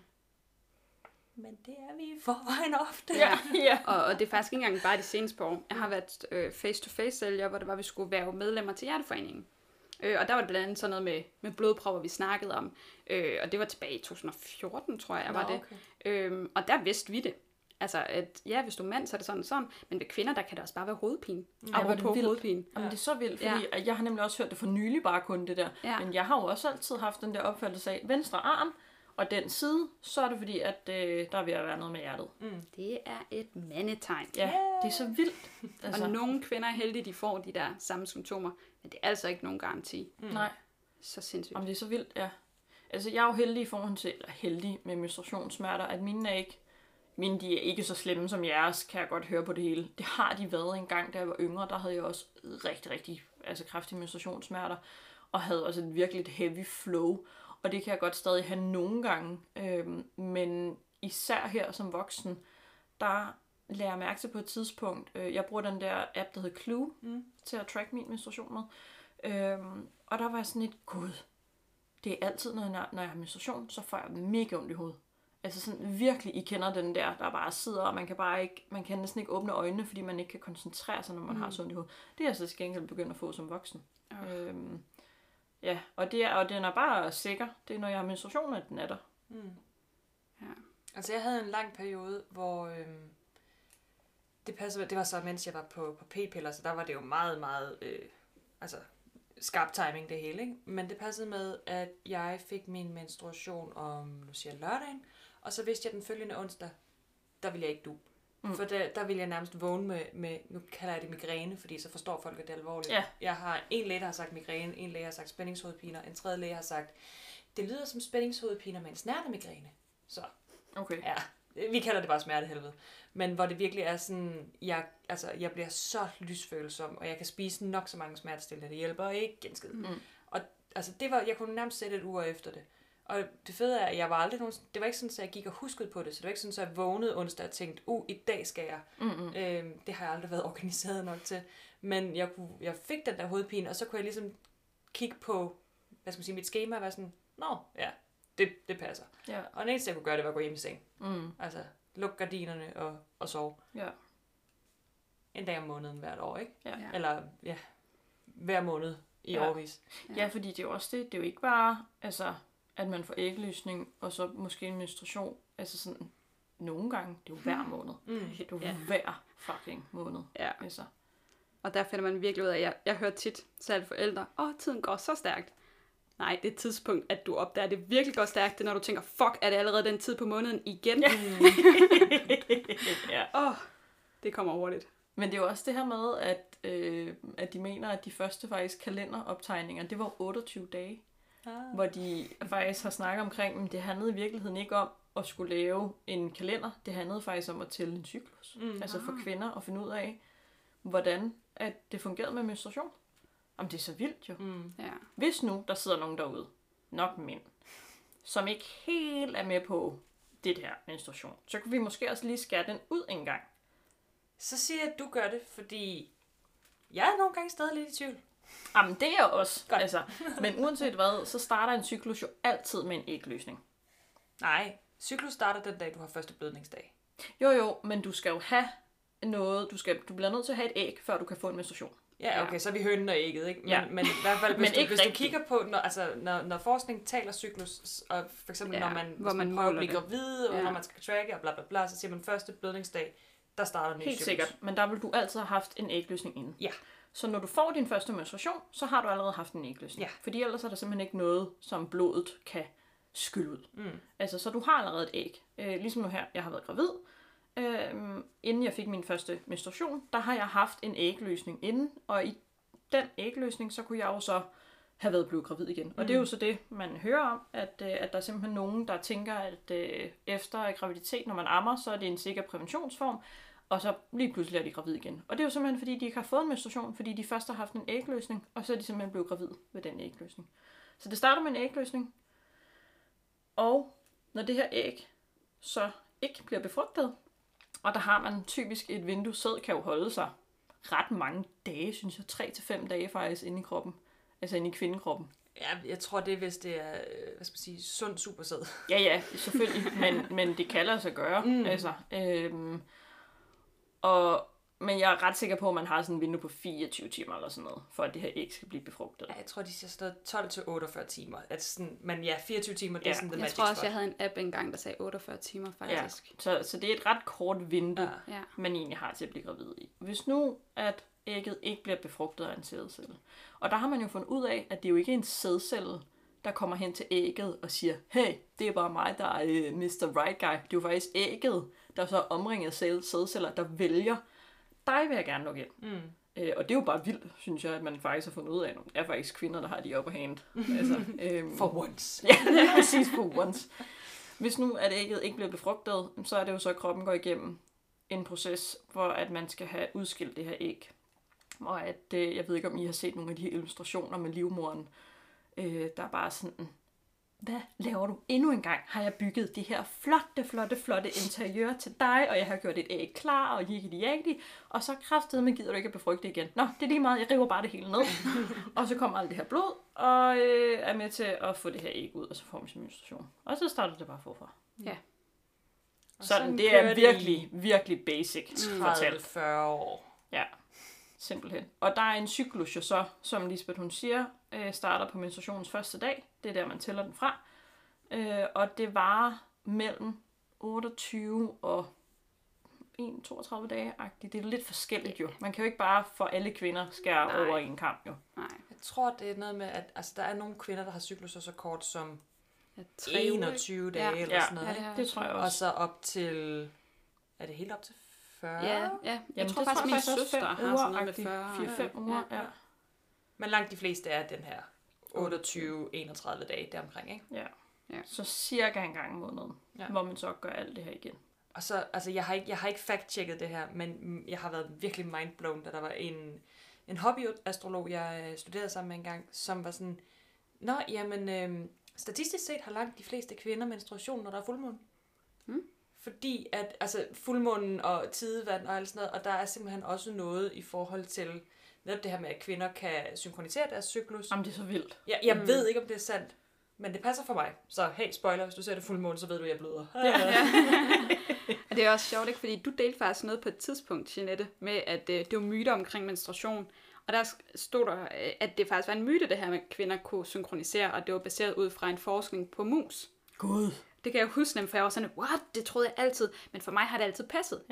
Men det er vi i forvejen ofte. Ja. Og det er faktisk ikke engang bare de seneste par år. Jeg har været face-to-face sælger, hvor det var, vi skulle være medlemmer til Hjerteforeningen. Og der var det blandt andet sådan noget med blodprøver, vi snakkede om. Og det var tilbage i 2014, tror jeg, var det. Okay. Og der vidste vi det. Altså, at ja, hvis du er mand, så er det sådan og sådan. Men ved kvinder, der kan det også bare være hovedpine. hvor er det Apropos vildt. hovedpine. Jamen, det er så vildt, fordi at jeg har nemlig også hørt det for nylig bare kun det der. Ja. Men jeg har jo også altid haft den der opfattelse af venstre arm, og den side, så er det fordi, at der er ved at være noget med hjertet. Det er et mandetegn. Ja, det er så vildt. Og nogle kvinder er heldige, de får de der samme symptomer. Men det er altså ikke nogen garanti. Nej, Så sindssygt. om det er så vildt, ja. Altså, jeg er jo heldig i forhold til, eller heldig med menstruationssmerter, at mine de er ikke så slemme som jeres, kan jeg godt høre på det hele. Det har de været engang, da jeg var yngre. Der havde jeg også rigtig kraftige menstruationssmerter, og havde også et virkelig heavy flow. Og det kan jeg godt stadig have nogle gange. Men især her som voksen, der lader jeg mærke til på et tidspunkt. Jeg bruger den der app, der hedder Clue, til at track min menstruation med. Og der var jeg sådan et, gud, det er altid, når jeg har menstruation, så får jeg mega ondt i hovedet. Altså sådan virkelig, I kender den der bare sidder, og man kan næsten ikke åbne øjnene, fordi man ikke kan koncentrere sig, når man har så ondt i hovedet. Det er jeg så til gengæld begyndt at få som voksen. Ja, og den er bare sikker. Det er, når jeg har menstruation, at den er der. Ja. Altså jeg havde en lang periode, hvor det var så, mens jeg var på p-piller, så der var det jo meget, skarp timing det hele, ikke? Men det passede med, at jeg fik min menstruation om, nu siger jeg lørdagen, og så vidste jeg den følgende onsdag, der ville jeg ikke du. For der ville jeg nærmest vågne med, nu kalder jeg det migræne, fordi så forstår folk, at det er alvorligt. Ja. Jeg har en læge, der har sagt migræne, en læge har sagt spændingshovedpiner, en tredje læge har sagt, det lyder som spændingshovedpiner med en smertemigræne. Så Okay. ja, vi kalder det bare smertehelvede. Men hvor det virkelig er sådan, jeg bliver så lysfølsom, og jeg kan spise nok så mange smertestillende, det hjælper ikke en skid. Og altså, jeg kunne nærmest sætte et uger efter det. Og det fede er, at jeg var aldrig det var ikke sådan, at jeg gik og huskede på det, så det var ikke sådan, at jeg vågnede onsdag og tænkte, i dag skal jeg. Det har jeg aldrig været organiseret nok til. Men jeg fik den der hovedpine, og så kunne jeg ligesom kigge på, mit schema og være sådan, det passer. Ja. Og den eneste, jeg kunne gøre, det var at gå hjem i seng. Altså, lukke gardinerne og sove. Ja. En dag om måneden hvert år, ikke? Ja. Eller, hver måned i årvis. Ja, fordi det er jo også det. Det er jo ikke bare, at man får ægløsning, og så måske en menstruation. Altså sådan, nogle gange, det er jo hver måned. Det er jo hver fucking måned. Ja. Altså. Og der finder man virkelig ud af, jeg hører tit, særligt forældre, tiden går så stærkt. Nej, det er et tidspunkt, at du opdager, at det virkelig går stærkt, det er, når du tænker, fuck, er det allerede den tid på måneden igen? Ja. Det kommer hurtigt. Men det er jo også det her med, at de mener, at de første faktisk kalenderoptegninger, det var 28 dage. Hvor de faktisk har snakket omkring, at det handlede i virkeligheden ikke om at skulle lave en kalender. Det handlede faktisk om at tælle en cyklus. Altså for kvinder at finde ud af, hvordan at det fungerede med menstruation. Om det er så vildt jo. Ja. Hvis nu der sidder nogen derude, nok mænd, som ikke helt er med på det her menstruation, så kan vi måske også lige skære den ud en gang. Så siger jeg, at du gør det, fordi jeg er nogle gange stadig lidt i tvivl. Jamen, det er jeg også. Altså, men uanset hvad, så starter en cyklus jo altid med en ægløsning. Nej, cyklus starter den dag, du har første blødningsdag. Jo, men du skal jo have noget, du bliver nødt til at have et æg, før du kan få en menstruation. Ja, okay, så er vi hønen og ægget, ikke? Ja. Men i hvert fald, hvis du kigger på, når forskning taler cyklus, og for eksempel når man prøver at blive gravid, og når man skal tracke, og bla bla bla, så siger man første blødningsdag, der starter en ny cyklus. Helt sikkert, men der vil du altid have haft en ægløsning inden. Ja. Så når du får din første menstruation, så har du allerede haft en ægløsning. Ja. Fordi ellers er der simpelthen ikke noget, som blodet kan skylle ud. Altså, så du har allerede et æg. Ligesom nu her, jeg har været gravid. Inden jeg fik min første menstruation, der har jeg haft en ægløsning inden, og i den ægløsning, så kunne jeg jo så have været blevet gravid igen. Og det er jo så det, man hører om, at der er simpelthen nogen, der tænker, at efter graviditet, når man ammer, så er det en sikker præventionsform, og så lige pludselig er de gravid igen. Og det er jo simpelthen, fordi de ikke har fået en menstruation, fordi de først har haft en ægløsning, og så er de simpelthen blevet gravid ved den ægløsning. Så det starter med en ægløsning, og når det her æg så ikke bliver befrugtet, og der har man typisk et vindue, sæd kan jo holde sig ret mange dage, synes jeg, 3-5 dage faktisk inde i kroppen, altså inde i kvindekroppen. Ja, jeg tror det, hvis det er, hvad skal man sige, sund supersæd. Ja, selvfølgelig, men det kan lade sig gøre, altså. Men jeg er ret sikker på, at man har sådan en vindue på 24 timer eller sådan noget, for at det her æg skal blive befrugtet. Ja, jeg tror, de siger sådan 12-48 timer. Altså sådan, men ja, 24 timer, det er sådan the magic spot. Jeg tror også, jeg havde en app engang, der sagde 48 timer faktisk. Ja, så det er et ret kort vindue, man egentlig har til at blive gravid i. Hvis nu, at ægget ikke bliver befrugtet af en sædcelle, og der har man jo fundet ud af, at det jo ikke er en sædcelle, der kommer hen til ægget og siger, hey, det er bare mig, der er Mr. Right Guy. Det er jo faktisk ægget, der så er omringet sædceller, der vælger, dig vil jeg gerne lukke ind. Og det er jo bare vildt, synes jeg, at man faktisk har fundet ud af. Det er faktisk kvinder, der har de upper hand. Altså, for once. Ja, det er præcis for once. Hvis nu at ægget ikke bliver befrugtet, så er det jo så, at kroppen går igennem en proces, hvor at man skal have udskilt det her æg. Og at, jeg ved ikke, om I har set nogle af de her illustrationer med livmoderen, der er bare sådan, hvad laver du? Endnu en gang har jeg bygget det her flotte interiør til dig, og jeg har gjort et æg klar, og jiggity, og så kraftedeme gider du ikke at befrugte igen. Nå, det er lige meget, jeg river bare det hele ned. Og så kommer alt det her blod, og er med til at få det her æg ud, og så får man sin menstruation. Og så starter det bare forfra. Ja. Sådan det er virkelig basic fortalt. 40 år. Ja, simpelthen. Og der er en cyklus jo så, som Lisbeth hun siger, starter på menstruationens første dag. Det er der, man tæller den fra. Og det varer mellem 28 og 32 dage-agtigt. Det er lidt forskelligt jo. Man kan jo ikke bare for alle kvinder skære over i en kamp jo. Nej. Jeg tror, det er noget med, at altså, der er nogle kvinder, der har cykluser så kort som 3 21 dage eller sådan noget. Ja, det tror jeg også. Og så op til, er det helt op til 40? Ja. Jeg tror faktisk, min søster har sådan noget med 4-5 uger. Ja. Men langt de fleste er den her 28-31 dage deromkring, ikke? Ja. Så cirka en gang om måneden, hvor man så gør alt det her igen. Og så, altså jeg har ikke fact-checket det her, men jeg har været virkelig mindblown, da der var en hobbyastrolog, jeg studerede sammen med en gang, som var sådan, statistisk set har langt de fleste kvinder menstruation, når der er fuldmåne. Fordi at, altså fuldmånen og tidevand og alt sådan noget, og der er simpelthen også noget i forhold til netop det her med, at kvinder kan synkronisere deres cyklus. Jamen, det er så vildt. Jeg ved ikke, om det er sandt, men det passer for mig. Så hey, spoiler, hvis du ser det fuldmåne, så ved du, at jeg bløder. Og det er også sjovt, ikke? Fordi du delte faktisk noget på et tidspunkt, Jeanette, med at det var myter omkring menstruation. Og der stod der, at det faktisk var en myte, det her med, at kvinder kunne synkronisere, og det var baseret ud fra en forskning på mus. Gud. Det kan jeg huske nemt, for jeg var sådan, what? Det troede jeg altid. Men for mig har det altid passet. Ja. Jeg har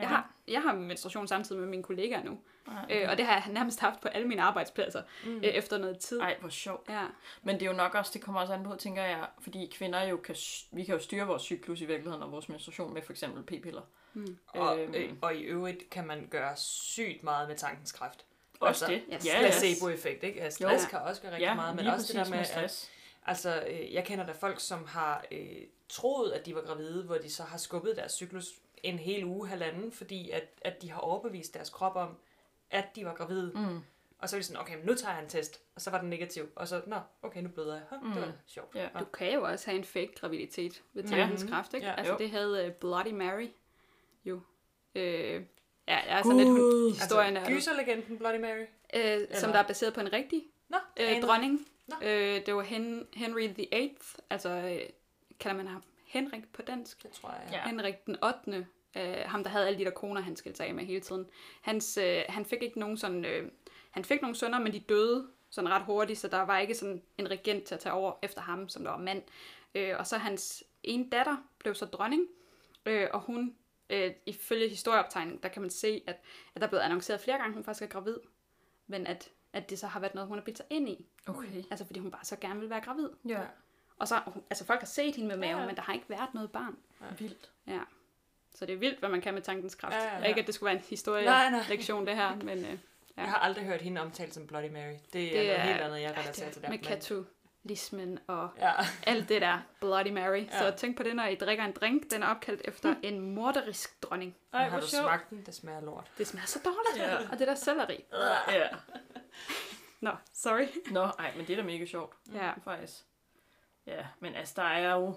jeg har menstruation samtidig med mine kollegaer nu. Og det har jeg nærmest haft på alle mine arbejdspladser efter noget tid. Ej, hvor sjovt. Ja. Men det er jo nok også, det kommer også an på, tænker jeg, fordi kvinder jo vi kan jo styre vores cyklus i virkeligheden og vores menstruation med for eksempel p-piller. Og i øvrigt kan man gøre sygt meget med tankens kraft. Også altså, det. Ja, placebo-effekt, ikke? Altså, stress kan også gøre rigtig meget, men også det der med, stress. Jeg kender da folk, som har troet, at de var gravide, hvor de så har skubbet deres cyklus en hel uge, halvanden, fordi at de har overbevist deres krop om, at de var gravide. Og så er de sådan, okay, men nu tager jeg en test, og så var den negativ, og så, okay, nu bløder jeg. Det var sjovt. Ja. Du kan jo også have en fake graviditet ved tankens kraft, ikke? Ja, altså jo. det havde Bloody Mary jo. Jeg er sådan lidt historien altså, gyserlegenden Bloody Mary? Som der er baseret på en rigtig dronning. Det var Henry VIII, altså kalder man ham Henrik på dansk? Det tror jeg. Ja. Henrik den 8. Ham der havde alle de der koner, han skilte sig af med hele tiden. Han fik ikke nogen sådan... han fik nogle sønner, men de døde sådan ret hurtigt, så der var ikke sådan en regent til at tage over efter ham, som der var mand. Og så hans ene datter blev så dronning, og hun, ifølge historieoptegning, der kan man se, at der er blevet annonceret flere gange, hun faktisk er gravid, men at det så har været noget, hun har bidt sig ind i. Okay. Altså fordi hun bare så gerne vil være gravid. Ja. Og så, altså folk har set hende med maven, men der har ikke været noget barn. Ja. Vildt. Ja. Så det er vildt, hvad man kan med tankens kraft. Ja. Ikke at det skulle være en historielektion, det her, men... Jeg har aldrig hørt hende omtalt som Bloody Mary. Det er noget helt andet, jeg relaterer til der. Med katolismen og alt det der Bloody Mary. Ja. Så tænk på det, når I drikker en drink. Den er opkaldt efter en morderisk dronning. Ej, har du smagt den? Det smager lort. Det smager så dårligt. Ja. Og det der selleri. Ja. Nå, sorry. Nå, men det er da mega sjovt. Ja. Faktisk. Ja, men altså, der er jo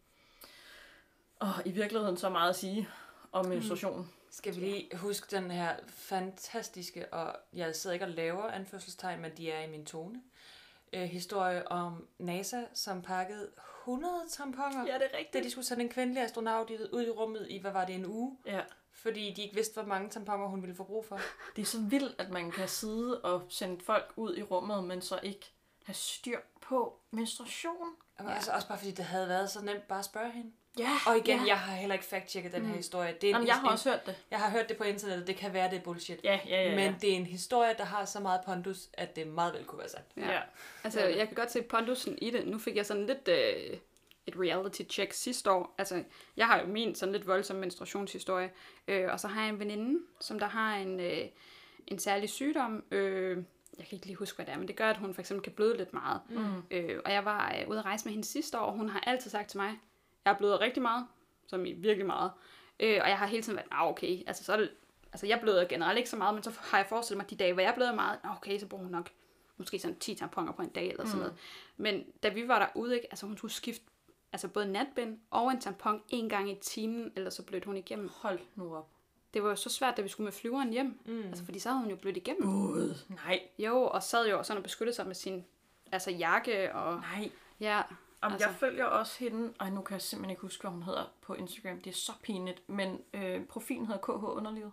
i virkeligheden så meget at sige om menstruation. Skal vi lige huske den her fantastiske, og jeg sidder ikke og laver anførselstegn, men de er i min tone, historie om NASA, som pakkede 100 tamponer, Ja, det er rigtigt. da de skulle sende en kvindelig astronaut ud i rummet i, hvad var det, en uge? Ja. Fordi de ikke vidste, hvor mange tamponer hun ville få brug for. Det er så vildt, at man kan sidde og sende folk ud i rummet, men så ikke have styr på menstruation. Altså også bare fordi det havde været så nemt bare at spørge hende. Ja. Og igen, jeg har heller ikke fact-checket den her historie. Det er Jamen, jeg har også hørt det. Jeg har hørt det på internettet, det kan være, det er bullshit. Ja. Men det er en historie, der har så meget pondus, at det meget vel kunne være sandt. Ja. Altså, jeg kan godt se pondusen i det. Nu fik jeg sådan lidt et reality check sidste år. Altså, jeg har jo min sådan lidt voldsom menstruationshistorie. Og så har jeg en veninde, som der har en særlig sygdom. Jeg kan ikke lige huske, hvad det er, men det gør, at hun for eksempel kan bløde lidt meget. Og jeg var ude at rejse med hende sidste år, og hun har altid sagt til mig, jeg bløder rigtig meget, som i virkelig meget. Og jeg har hele tiden været, okay, altså så er det, altså jeg bløder generelt ikke så meget, men så har jeg forestillet mig, de dage, hvor jeg bløder meget, okay, så bruger hun nok måske sådan 10 tamponer på en dag, eller sådan noget. Men da vi var derude, ikke, altså hun skulle skifte altså både natbind og en tampon 1 gang i timen, eller så blødte hun igennem. Hold nu op. Det var jo så svært, da vi skulle med flyveren hjem. Altså, fordi så havde hun jo blødt igennem. Nej. Jo, og sad jo sådan og beskyttede sig med sin jakke og... Nej. Ja, altså. Jeg følger også hende, og nu kan jeg simpelthen ikke huske, hvad hun hedder på Instagram. Det er så pinligt, men profilen hedder KH Underlivet.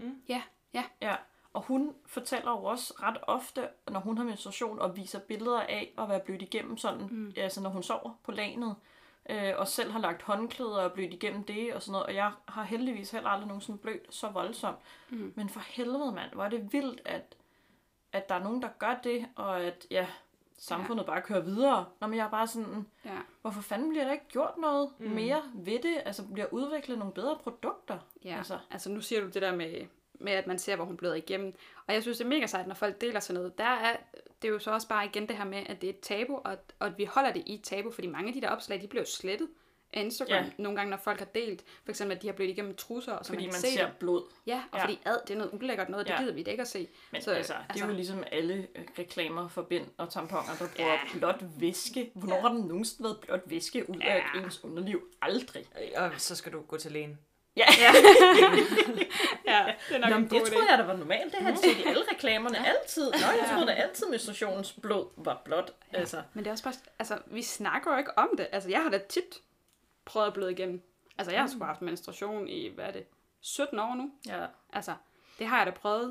Ja, og hun fortæller jo også ret ofte, når hun har menstruation, og viser billeder af at være blødt igennem sådan, altså når hun sover på lagenet, og selv har lagt håndklæder og blødt igennem det og sådan noget, og jeg har heldigvis heller aldrig nogensinde blødt så voldsomt. Men for helvede mand, hvor er det vildt, at der er nogen, der gør det, og at samfundet bare kører videre. Når man jeg er bare sådan, hvorfor fanden bliver der ikke gjort noget mere ved det? Altså bliver udviklet nogle bedre produkter? Ja, altså nu siger du det der med at man ser, hvor hun bløder igennem. Og jeg synes, det er mega sejt, når folk deler sådan noget. Det er jo så også bare igen det her med, at det er et tabu, og at vi holder det i et tabu, fordi mange af de der opslag, de bliver jo slettet af Instagram. Nogle gange, når folk har delt, for eksempel, at de har blødt igennem trusser, og så fordi man man ser ser blod. Ja, og fordi det er noget ulækkert noget, det gider vi da ikke at se. Men så, det er jo ligesom alle reklamer for bind og tamponer, der bruger blot væske. Hvornår har der nogensinde været blot væske ud af ens underliv? Aldrig. Og så skal du gå til lægen. Ja, det er nok en god idé. Det troede jeg, der var normalt. Det har de set i alle reklamerne altid. Nå, jeg troede, at altid menstruationens blod var blåt. Altså. Men det er også bare, altså, vi snakker jo ikke om det. Altså, jeg har da tit prøvet at bløde igennem. Altså, jeg har sgu haft menstruation i, 17 år nu. Ja. Altså, det har jeg da prøvet.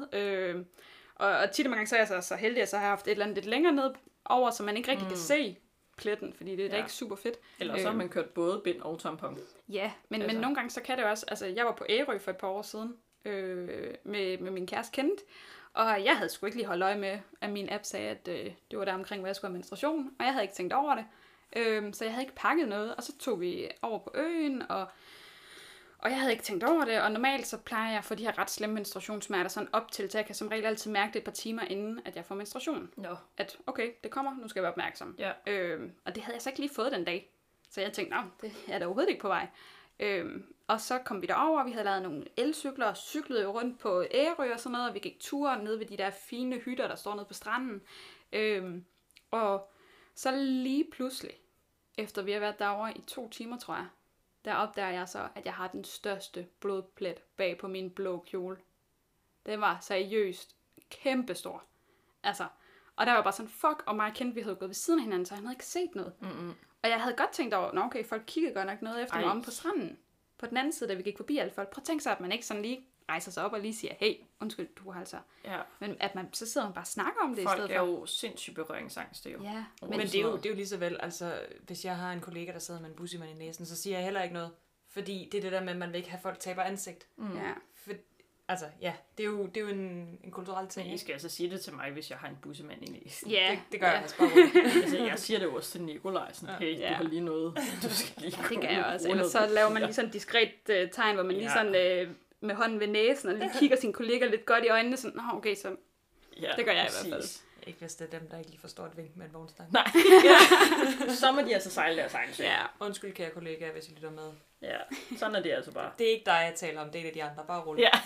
Og tit og mange gange, så er jeg så heldig, at så har jeg haft et eller andet lidt længere ned over, så man ikke rigtig kan se pletten, fordi det er da ikke super fedt. Eller så har man kørt både bind og tampon. Ja, men nogle gange så kan det også, altså jeg var på Ærø for et par år siden, med min kæreste Kenneth. Og jeg havde sgu ikke lige holdt øje med, at min app sagde, at det var der omkring, hvor jeg skulle have menstruation. Og jeg havde ikke tænkt over det. Så jeg havde ikke pakket noget. Og så tog vi over på øen, og jeg havde ikke tænkt over det. Og normalt så plejer jeg at få de her ret slemme menstruationssmerter sådan op til, så jeg kan som regel altid mærke det et par timer inden, at jeg får menstruation. No. At okay, det kommer, nu skal jeg være opmærksom. Ja. Og det havde jeg så ikke lige fået den dag. Så jeg tænkte, det er da overhovedet ikke på vej. Og så kom vi derover, vi havde lavet nogle elcykler og cyklede rundt på Ærø og sådan noget, og vi gik ture ned ved de der fine hytter, der står nede på stranden. Og så lige pludselig, efter vi har været derovre i 2 timer, tror jeg, der opdager jeg så, at jeg har den største blodplet bag på min blå kjole. Den var seriøst kæmpestor. Altså, og der var bare sådan, fuck, og mig og Kent, vi havde gået ved siden af hinanden, så han havde ikke set noget. Mm-mm. Og jeg havde godt tænkt over, okay, folk kiggede godt nok noget efter mig om på stranden. På den anden side, da vi gik forbi alle folk. Prøv at tænke sig, at man ikke sådan lige rejser sig op og lige siger, hey, undskyld, du har altså. Ja. Men at man, så sidder man bare og snakker om det folk i stedet for. Folk er jo sindssygt berøringsangst, det jo. Ja. Men det er jo lige så vel, altså hvis jeg har en kollega, der sidder med en bussemand i næsen, så siger jeg heller ikke noget. Fordi det er det der med, at man vil ikke have folk taber ansigt. Ja. Altså, ja, det er jo en kulturel ting. Men I skal altså sige det til mig, hvis jeg har en bussemand i næsen. Ja, det gør jeg altså bare. Altså, jeg siger det jo også til Nikolaj, sådan, hey, du har lige noget, du skal lige det gør jeg også. Ellers så laver man lige sådan et diskret tegn, hvor man lige sådan med hånden ved næsen, og lige kigger sin kollega lidt godt i øjnene, sådan, okay, så det gør jeg i hvert fald. Ikke hvis det er dem, der ikke lige forstår et vink med en vognstang. Nej. Så må de altså sejle deres egen sø. Ja. Undskyld, kære kollegaer, hvis I lytter med. Ja, sådan er det altså bare. Det er ikke dig, jeg taler om, det er de andre. Bare rulle. Ja.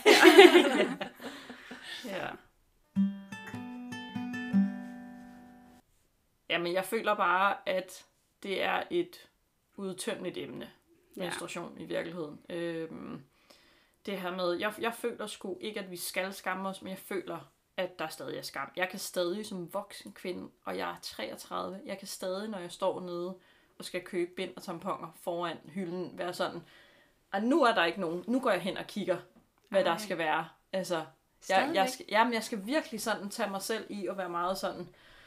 Ja. Jamen, jeg føler bare, at det er et udtømmeligt emne. Menstruation i virkeligheden. Det her med, jeg føler sgu ikke, at vi skal skamme os, men jeg føler, at der stadig er skam. Jeg kan stadig som voksen kvinde, og jeg er 33, jeg kan stadig, når jeg står nede og skal købe bind og tamponer foran hylden, være sådan, og nu er der ikke nogen, nu går jeg hen og kigger, hvad der skal være. Altså, jeg skal virkelig sådan tage mig selv i at være meget sådan,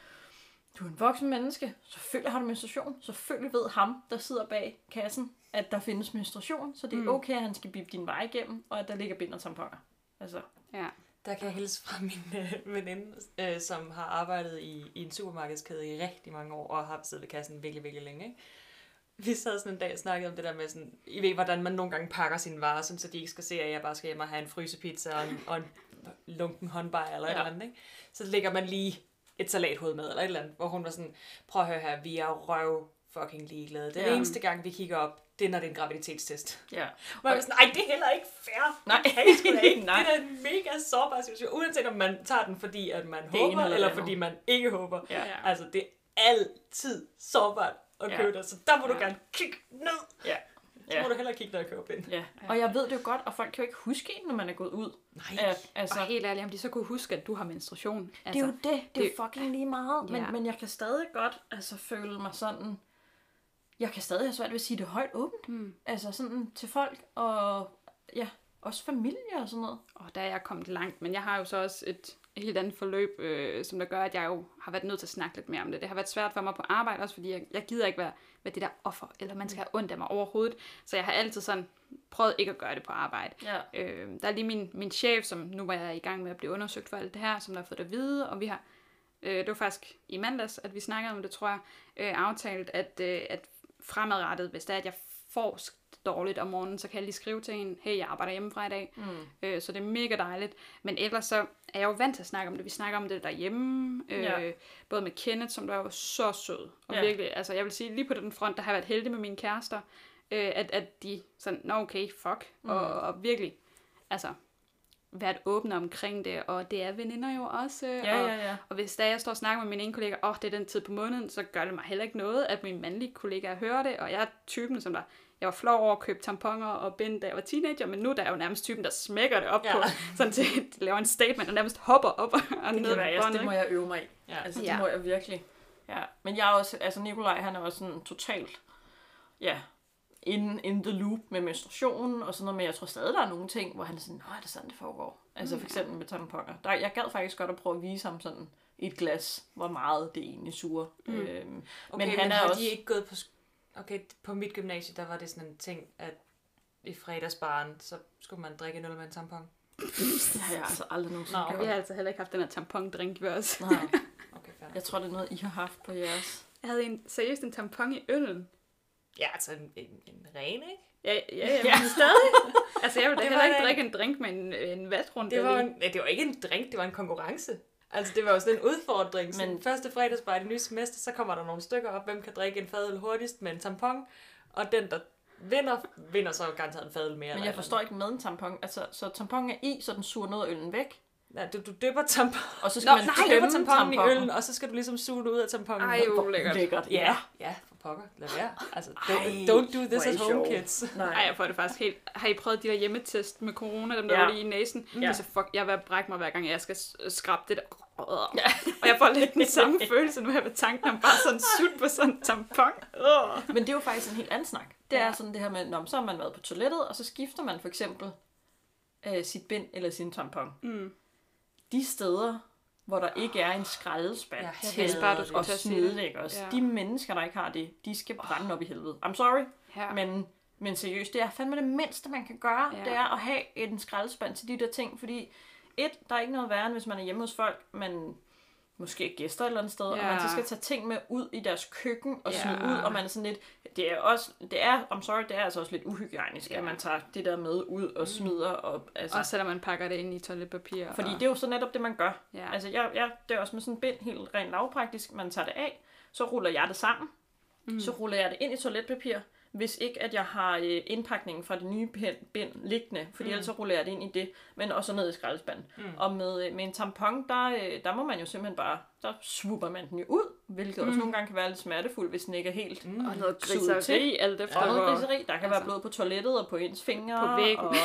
du er en voksen menneske, selvfølgelig har du menstruation, selvfølgelig ved ham, der sidder bag kassen, at der findes menstruation, så det er okay, at han skal bippe din vej igennem, og at der ligger bind og tamponer. Altså. Ja. Der kan jeg hilse fra min veninde, som har arbejdet i en supermarkedskæde i rigtig mange år, og har siddet ved kassen virkelig, virkelig længe. Ikke? Vi sad sådan en dag og snakkede om det der med sådan, I ved, hvordan man nogle gange pakker sine varer, sådan, så de ikke skal se, at jeg bare skal hjem og have en frysepizza og en lunken håndbaj eller et eller andet. Ikke? Så lægger man lige et salathoved med, eller et eller andet, hvor hun var sådan, prøv at høre her, vi er røv fucking ligeglade. Den eneste gang, vi kigger op, det er, når det er en graviditetstest. Ja. Hvor jeg var sådan, ej, det er heller ikke fair. Nej, ikke. Nej. Det er en mega sårbar situation, uanset om man tager den, fordi at man håber, eller fordi man ikke håber. Ja. Altså, det er altid sårbart at købe det, så der må du gerne kigge ned. Ja. Så må du hellere kigge, når jeg køber bind. Ja, og jeg ved det jo godt, og folk kan jo ikke huske en, når man er gået ud. Nej. Altså, og helt ærligt, om de så kunne huske, at du har menstruation. Altså, det er jo det er fucking lige meget. Men jeg kan stadig godt føle mig sådan, jeg kan stadig have svært ved at sige det højt åbent. Altså sådan til folk, og ja, også familie og sådan noget. Og der er jeg kommet langt, men jeg har jo så også et helt andet forløb, som der gør, at jeg jo har været nødt til at snakke lidt mere om det. Det har været svært for mig på arbejde, også fordi jeg gider ikke være det der offer, eller man skal have ondt af mig overhovedet. Så jeg har altid sådan prøvet ikke at gøre det på arbejde. Ja. Der er lige min chef, som nu var jeg i gang med at blive undersøgt for alt det her, som der har fået det at vide, og vi har, det var faktisk i mandags, at vi snakkede om det, tror jeg, aftalt, at fremadrettet, hvis det er, at jeg får dårligt om morgenen, så kan jeg lige skrive til en, hey, jeg arbejder hjemmefra i dag. Så det er mega dejligt. Men ellers så er jeg jo vant til at snakke om det. Vi snakker om det derhjemme. Både med Kenneth, som der var så sød. Og virkelig, altså jeg vil sige, lige på den front, der har jeg været heldig med mine kærester, at de sådan, nå okay, fuck. Og virkelig, altså været åbne omkring det, og det er veninder jo også. Og hvis jeg står og snakker med mine ene kollega, det er den tid på måneden, så gør det mig heller ikke noget, at mine mandlige kollegaer hører det, og jeg er typen, som der, jeg var flov over at købe tamponer og bind, da jeg var teenager, men nu der er jeg jo nærmest typen, der smækker det op på, sådan til at lave en statement, og nærmest hopper op og ned på båndet. Det må jeg øve mig i. Altså, det må jeg virkelig. Ja. Men jeg er også, altså Nikolaj, han er også sådan totalt, in the loop med menstruation og sådan noget, men jeg tror stadig, der er nogle ting, hvor han er sådan, er det sådan, det foregår? Altså for eksempel med tamponer. Jeg gad faktisk godt at prøve at vise ham sådan et glas, hvor meget det egentlig suger. Men han er også... de ikke gået på... Okay, på mit gymnasie, der var det sådan en ting, at i fredagsbaren, så skulle man drikke en øl med en tampon. Det har jeg altså aldrig nogensinde Nå, gjort. Vi har altså heller ikke haft den her tampondrink ved os. Nej, Okay, fair. jeg tror, det er noget, I har haft på jeres. Jeg havde seriøst en tampon i øllen. Ja, altså en ren, ikke? Ja, men stadig. Altså, jeg ville da Det heller var ikke da- drikke en drink med en vatrunde. Det var ikke en drink, det var en konkurrence. Altså, det var jo sådan en udfordring. Så Men- første fredagsbar i det nye semester, så kommer der nogle stykker op, hvem kan drikke en fadøl hurtigst med en tampon. Og den, der vinder så garanteret en fadøl mere. Men jeg forstår ikke med en tampon. Altså, så tamponen er i, så den suger noget af øllen væk. Ja, du dypper tampon. Og så skal man Du dypper tømme tamponen i tamponen. øllen, og så skal du ligesom suge det ud af tamponen. Ej, jo, lækkert. Lækkert. Ja, for pokker. Lad være. Altså, Ej, don't do this hvor er at I home, sjove. kids. Nej. Ej, jeg får det faktisk helt... Har I prøvet de der hjemmetest med corona, dem der Ja. var lige i næsen? Ja. Altså, fuck, jeg er ved at brække mig, hver gang jeg skal skrabe det der. Ja. Og jeg får lidt den samme følelse nu her ved tanken om bare sådan sut på sådan en tampon. Men det er jo faktisk en helt anden snak. Det er sådan det her med, så har man været på toilettet, og så skifter man for eksempel sit bind eller sin tampon. De steder, hvor der ikke er en skraldespand Ja, jeg vidste bare, du skulle og til at sige smide det. det, ikke også? Ja. De mennesker, der ikke har det, de skal brænde op i helvede. I'm sorry, Ja. men seriøst, det er fandme det mindste, man kan gøre. Ja. Det er at have en skraldespand til de der ting, fordi der er ikke noget værre, end hvis man er hjemme hos folk, man måske gæster et eller andet sted, og man så skal tage ting med ud i deres køkken og smide ud, og man er sådan lidt, det er altså også lidt uhygiejnisk, at man tager det der med ud og smider op. Altså, Også selvom man pakker det ind i toiletpapir. fordi det er jo så netop det, man gør. Ja. Altså, det er også med sådan en bind, helt rent lavpraktisk. Man tager det af, så ruller jeg det sammen. Så ruller jeg det ind i toiletpapir. Hvis ikke, at jeg har indpakningen fra det nye bind liggende, fordi ellers så ruller jeg det ind i det, men også ned i skraldespanden. Og med en tampon, der må man jo simpelthen bare, der swooper man den jo ud, hvilket også nogle gange kan være lidt smertefuldt, hvis den ikke er helt Og noget suget griseri, alt efter og noget hvor... griseri. Der kan være blod på toilettet og på ens fingre. På væggen. Og...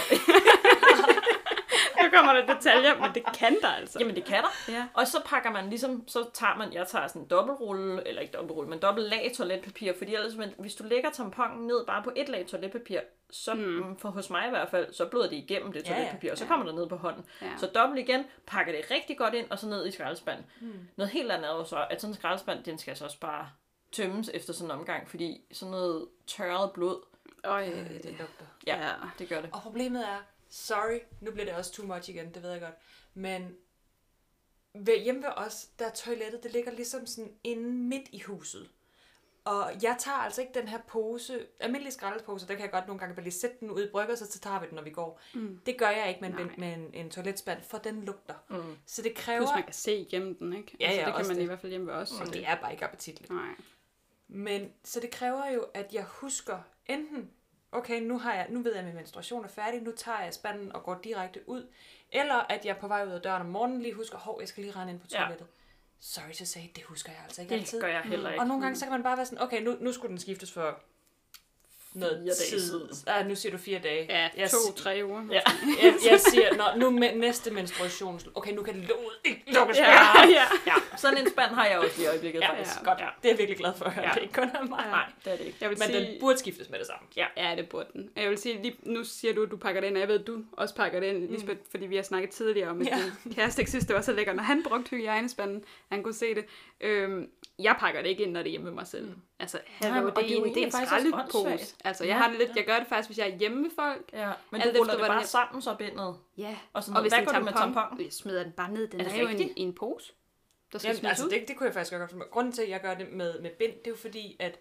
Nu kommer der detaljer, men det kan der altså. Jamen det kan der. Ja. Og så pakker man ligesom, jeg tager sådan en dobbeltrulle, eller ikke dobbeltrulle, men dobbelt lag toiletpapir, fordi ellers, hvis du lægger tamponen ned bare på et lag toiletpapir, så for hos mig i hvert fald, så bløder det igennem det toiletpapir, og så kommer der ned på hånden. Ja. Så dobbelt igen, pakker det rigtig godt ind, og så ned i skraldespanden. Noget helt andet er jo så, at sådan en skraldespand, den skal så også bare tømmes efter sådan en omgang, fordi sådan noget tørret blod, Det lugter. ja, det gør det. Og problemet er, sorry, nu bliver det også too much igen, det ved jeg godt, men hjemme ved os, der er toilettet, det ligger ligesom sådan inde midt i huset. Og jeg tager altså ikke den her pose, almindelig skraldespose, der kan jeg godt nogle gange bare lige sætte den ud i brygger, så tager vi den, når vi går. Det gør jeg ikke med en toiletspand, for den lugter. Så det kræver... Plus man kan se igennem den, ikke? Ja, Altså, det kan også man det. i hvert fald hjemme ved os. Og det er bare ikke appetitligt. Nej. Men så det kræver jo, at jeg husker enten, okay, nu ved jeg, at min menstruation er færdig, nu tager jeg spanden og går direkte ud, eller at jeg på vej ud af døren om morgenen lige husker, jeg skal lige rende ind på toilettet. Sorry to say, det husker jeg altså ikke altid. Det gør jeg heller ikke. Og nogle gange så kan man bare være sådan, okay, nu skulle den skiftes for noget 4 dage tid. siden. Nu siger du 4 dage. Ja, Jeg 2-3 uger. Ja. jeg siger, nu med næste menstruation, okay, nu kan det lukkes. Ja. Sådan en spand har jeg også i øjeblikket, Ja, faktisk. godt. Det er jeg virkelig glad for at høre. Ja. Det er ikke kun af mig. Nej, det er det ikke. Jeg vil Men sige, den burde skiftes med det samme. ja, det burde den. Jeg vil sige, lige, nu siger du, at du pakker det ind, og jeg ved, at du også pakker det ind, Lisbeth, fordi vi har snakket tidligere om, at din kæreste ikke synes, det var så lækkert, når han brugte hygiejnespanden, han kunne se det. Jeg pakker det ikke ind, når det er hjemme med mig selv. Altså, hallo, og det er jo det er en faktisk også skraldepose. åndssvagt. Altså, jeg har det lidt, jeg gør det faktisk, hvis jeg er hjemme med folk. Ja, men Alt du ruller efter, det bare hvordan- sammen, så bindet. Ja, Og sådan og noget. hvis Hvad en gør du med tampon, tampon? jeg smider den bare ned. Den Er det er jo rigtigt? i en pose, der skal Jamen, smides altså ud. det kunne jeg faktisk godt forstå. Grunden til, at jeg gør det med bind, det er jo fordi, at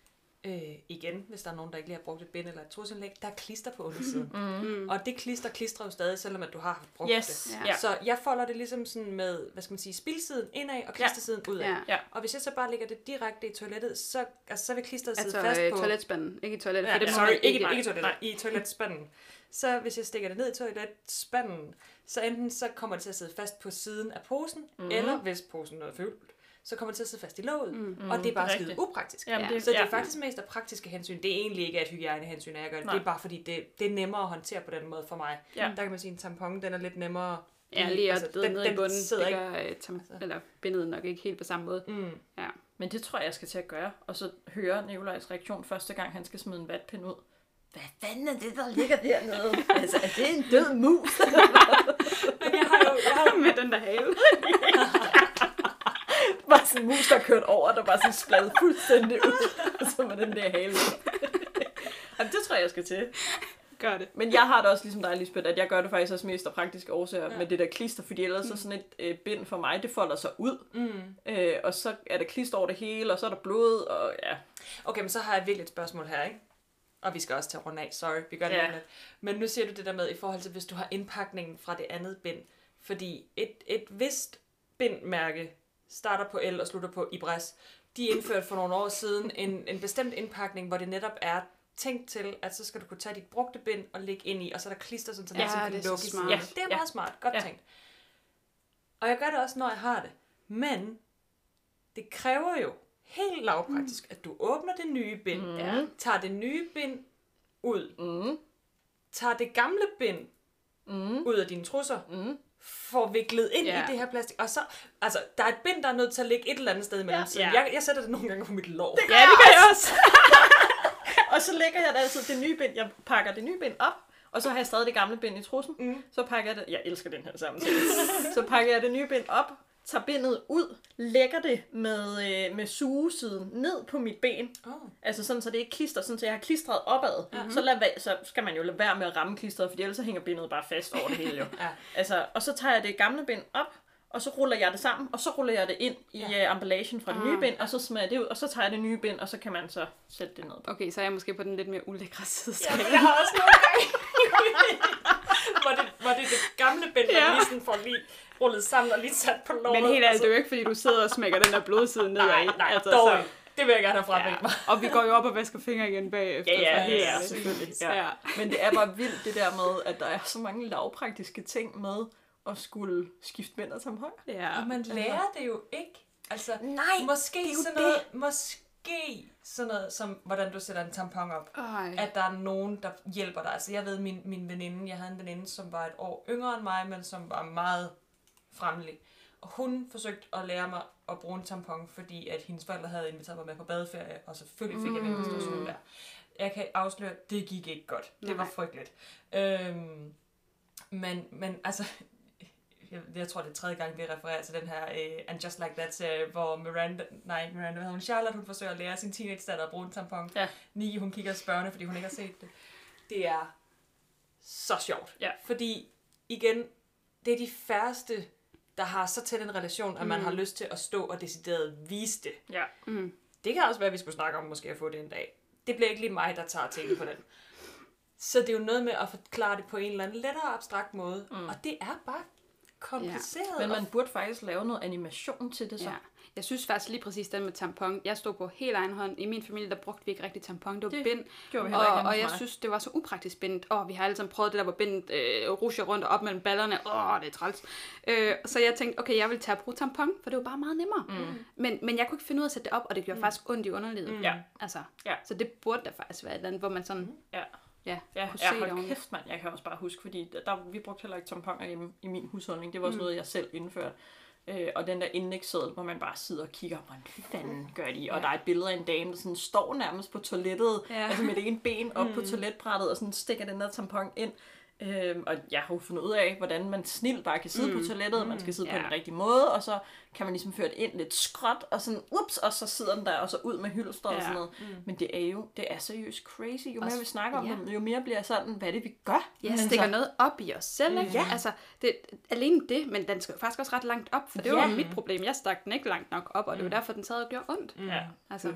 igen, hvis der er nogen, der ikke lige har brugt et bind eller et trusindlæg, der er klister på undersiden. Og det klistrer jo stadig, selvom at du har brugt Yes, det. ja. Så jeg folder det ligesom sådan med, hvad skal man sige, spildsiden indad og klistersiden udad. Ja. Ja. Og hvis jeg så bare lægger det direkte i toilettet, så vil klisteret sidde Altså fast på... toiletspanden, ikke i toilettet. Ja, for det må sorry, man ikke i nej. toilettet, i toiletspanden. Så hvis jeg stikker det ned i toiletspanden, så enten så kommer det til at sidde fast på siden af posen, eller hvis posen er fyldt, så kommer det til at sidde fast i låget. Og det er bare skide rigtigt. upraktisk. Jamen, Ja. Så det er faktisk mest af praktiske hensyn. Det er egentlig ikke et hygiejnehensyn, at jeg gør det. Nej. Det er bare fordi, det er nemmere at håndtere på den måde for mig. Ja. Der kan man sige, en tampon, den er lidt nemmere... Ja, lige at altså, ned i bunden, sidder det ikke... gør eller bindet nok ikke helt på samme måde. Ja. Men det tror jeg skal til at gøre. Og så høre Nikolajs reaktion første gang, han skal smide en vatpind ud. Hvad fanden er det, der ligger dernede? Altså, er det en død mus? Men jeg har jo... Med den der hale. Bare sådan en mus, der er kørt over, der bare sådan spladet fuldstændig ud. Og så med den der hale. Jamen, det tror jeg skal til. Gør det. Men jeg har det også ligesom dig, Lisbeth, at jeg gør det faktisk også mest af praktiske årsager med det der klister, fordi ellers så sådan et bind for mig, det folder sig ud. Og så er der klister over det hele, og så er der blod, og ja. Okay, men så har jeg virkelig et spørgsmål her, ikke? Og vi skal også til at runde af, sorry, vi gør det lidt. Men nu siger du det der med, i forhold til, hvis du har indpakningen fra det andet bind. Fordi et vist bindmærke starter på L og slutter på Ibres. De indførte for nogle år siden en bestemt indpakning, hvor det netop er tænkt til, at så skal du kunne tage dit brugte bind og lægge ind i, og så er der klister, sådan, så det kan lukkes. Ja, det er meget smart. Godt tænkt. Og jeg gør det også, når jeg har det. Men det kræver jo helt lavpraktisk, at du åbner det nye bind, tager det nye bind ud, tager det gamle bind ud af dine trusser, får viklet ind i det her plastik, og så, altså, der er et bind, der er nødt til at ligge et eller andet sted imellem siden. Jeg sætter det nogle gange på mit lår. Det gør jeg også. Og så lægger jeg altid det nye bind, jeg pakker det nye bind op, og så har jeg stadig det gamle bind i trussen. Så pakker jeg det, jeg elsker den her samtale, så pakker jeg det nye bind op, tager bindet ud, lægger det med sugesiden ned på mit ben. Altså sådan, så det ikke klister, sådan så jeg har klistret opad. Så skal man jo lade være med at ramme klistret, for ellers så hænger bindet bare fast over det hele jo. Altså, og så tager jeg det gamle bind op, og så ruller jeg det sammen, og så ruller jeg det ind i emballagen fra det nye bind, og så smager det ud, og så tager jeg det nye bind, og så kan man så sætte det ned på. Okay, så er jeg måske på den lidt mere ulækre side. Ja, jeg har også nogle gange, hvor det gamle bind, der lige sådan får lige rullet sammen og lige sat på låret. Men helt ærligt, det er jo ikke, fordi du sidder og smækker den der blodside nedad. Nej, altså, dårligt. Det vil jeg gerne have fravægt mig. Og vi går jo op og vasker fingre igen bagefter. Ja, selvfølgelig. Ja. Men det er bare vildt det der med, at der er så mange lavpraktiske ting med at skulle skifte bind og tampon. Ja. Og man lærer det jo ikke. Altså, nej, måske sådan noget som, hvordan du sætter en tampon op. At der er nogen, der hjælper dig. Altså, jeg ved, min veninde, jeg havde en veninde, som var et år yngre end mig, men som var meget fremmelig. Og hun forsøgte at lære mig at bruge en tampon, fordi at hendes forældre havde inviteret mig med på badeferie, og selvfølgelig fik jeg den menstruation der. Jeg kan afsløre, at det gik ikke godt. Det var frygteligt. Men altså, jeg tror det er 3. gang, vi refererer til den her And Just Like That, hvor Charlotte, hun forsøger at lære sin teenage-datter at bruge en tampon. Niki, hun kigger spørgende, fordi hun ikke har set det. Det er så sjovt. Fordi, igen, det er de færreste, der har så tæt en relation, at man har lyst til at stå og decideret vise det. Det kan også være, at vi skulle snakke om måske at få det en dag. Det bliver ikke lige mig, der tager ting på den. Så det er jo noget med at forklare det på en eller anden lettere abstrakt måde. Og det er bare kompliceret. Men man burde faktisk lave noget animation til det så. Jeg synes faktisk lige præcis den med tampon. Jeg stod på helt egen hånd. I min familie, der brugte vi ikke rigtig tampon. Det var bind. Og jeg synes, det var så upraktisk bindet. Vi har alle sammen prøvet det der, hvor bindet rusher rundt og op mellem ballerne. Det er træls. Så jeg tænkte, okay, jeg vil tage at bruge tampon, for det var bare meget nemmere. Men jeg kunne ikke finde ud af at sætte det op, og det gjorde faktisk ondt i underlivet. Så det burde der faktisk være et eller andet, hvor man sådan... Ja, hold kæft, mand. Jeg kan også bare huske, fordi vi brugte heller ikke tamponer hjemme i min husholdning. Det var også noget, jeg selv indførte. Og den der indlægsseddel, hvor man bare sidder og kigger, hvordan fanden gør de? Og der er et billede af en dame, der sådan står nærmest på toilettet, altså med det ene ben op på toiletbrættet, og sådan stikker den der tampon ind. Og jeg har jo fundet ud af, hvordan man snilt bare kan sidde på toilettet, man skal sidde på den rigtige måde, og så kan man ligesom føre det ind lidt skråt, og sådan, og så sidder den der, og så ud med hylster og sådan noget. Men det er seriøst crazy. Jo mere vi snakker om det, jo mere bliver sådan, hvad er det, vi gør? Ja, stikker noget op i os selv, ikke? Altså, alene det, men den skal faktisk også ret langt op, for det var mit problem. Jeg stak den ikke langt nok op, og det var derfor, den sad og gjorde ondt. Altså.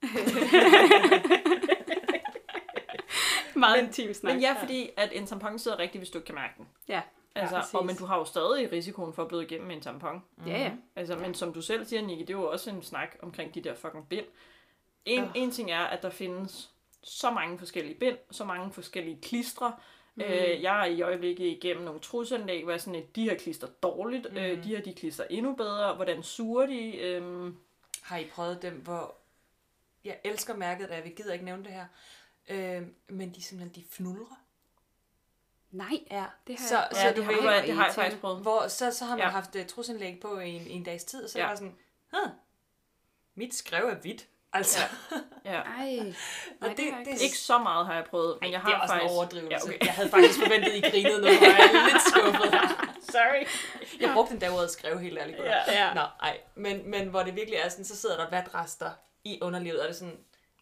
Meget intim snak. Men fordi at en tampon sidder rigtigt, hvis du ikke kan mærke den. Men du har jo stadig risikoen for at bløde igennem med en tampon. Altså, men som du selv siger, Niki, det er jo også en snak omkring de der fucking bind. En ting er, at der findes så mange forskellige bind, så mange forskellige klistre. Jeg er i øjeblikket igennem nogle trusanlæg, hvor sådan, at de her klister dårligt, de her klister endnu bedre, hvordan suger de? Har I prøvet dem, hvor... Jeg elsker mærket, og jeg gider ikke nævne det her. Men de simpelthen, de fnulrer. Nej, det har jeg faktisk prøvet. Hvor så har man haft trusindlæg på en dags tid, og så er det sådan, mit skrev er hvidt. Altså. Og det ikke så meget har jeg prøvet, men jeg har det er også faktisk... en overdrivelse. Jeg havde faktisk forventet, I grinede noget, og jeg er lidt skuffet her. Sorry. Jeg brugte den der ordet skrev helt ærligt. Men hvor det virkelig er sådan, så sidder der vatrester i underlivet, og det er sådan,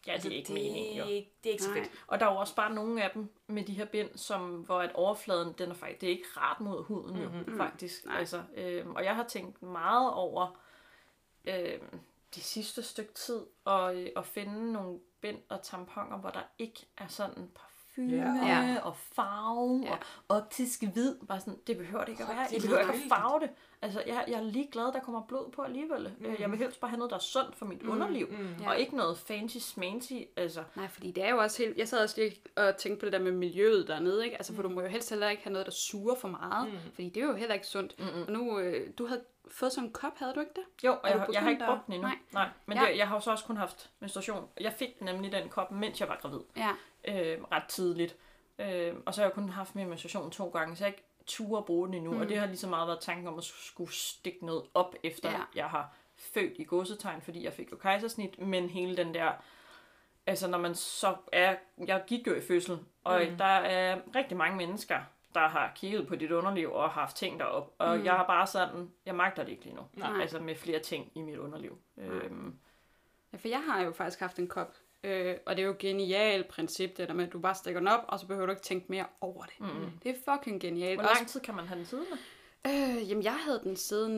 Ja, det er ikke meningen, jo. Det er ikke så Nej. fedt. Og der er jo også bare nogle af dem med de her bind, hvor at overfladen, den er faktisk, det er ikke rart mod huden jo, faktisk. Nej. Altså, og jeg har tænkt meget over de sidste stykke tid, at finde nogle bind og tamponer, hvor der ikke er sådan parfume Ja. og farve og optisk hvid. Bare sådan, det behøver det ikke at være. Det I er behøver ikke at ligegyldigt. farve det. Altså, jeg er ligeglad, der kommer blod på alligevel. Jeg vil helst bare have noget, der er sundt for mit underliv. Og ikke noget fancy-smancy. Altså, Nej, fordi det er jo også helt... Jeg sad også lige og tænkte på det der med miljøet dernede, ikke? Altså, for du må jo helst heller ikke have noget, der suger for meget. Fordi det er jo heller ikke sundt. Og nu, du havde fået sådan en kop, havde du ikke det? jo, og Er du jeg har ikke begyndt brugt den endnu. Nej. Nej. Men Ja. jeg har jo så også kun haft menstruation. Jeg fik nemlig den kop, mens jeg var gravid. Ja. Ret tidligt. Og så har jeg kun haft min menstruation 2 gange, så jeg ikke turde at bruge den endnu. Og det har lige så meget været tanken om at skulle stikke noget op, efter jeg har født i gåsetegn, fordi jeg fik jo kejsersnit, men hele den der, altså når man så er, jeg gik jo i fødsel, og der er rigtig mange mennesker, der har kigget på dit underliv og har haft ting derop, og jeg har bare sådan, jeg magter det ikke lige nu. Nej. Altså med flere ting i mit underliv. Ja, for jeg har jo faktisk haft en kop. Og det er jo et genialt princip, det der med, at du bare stikker den op, og så behøver du ikke tænke mere over det. Det er fucking genialt. Hvor lang tid kan man have den siddende? Jamen, jeg havde den siden...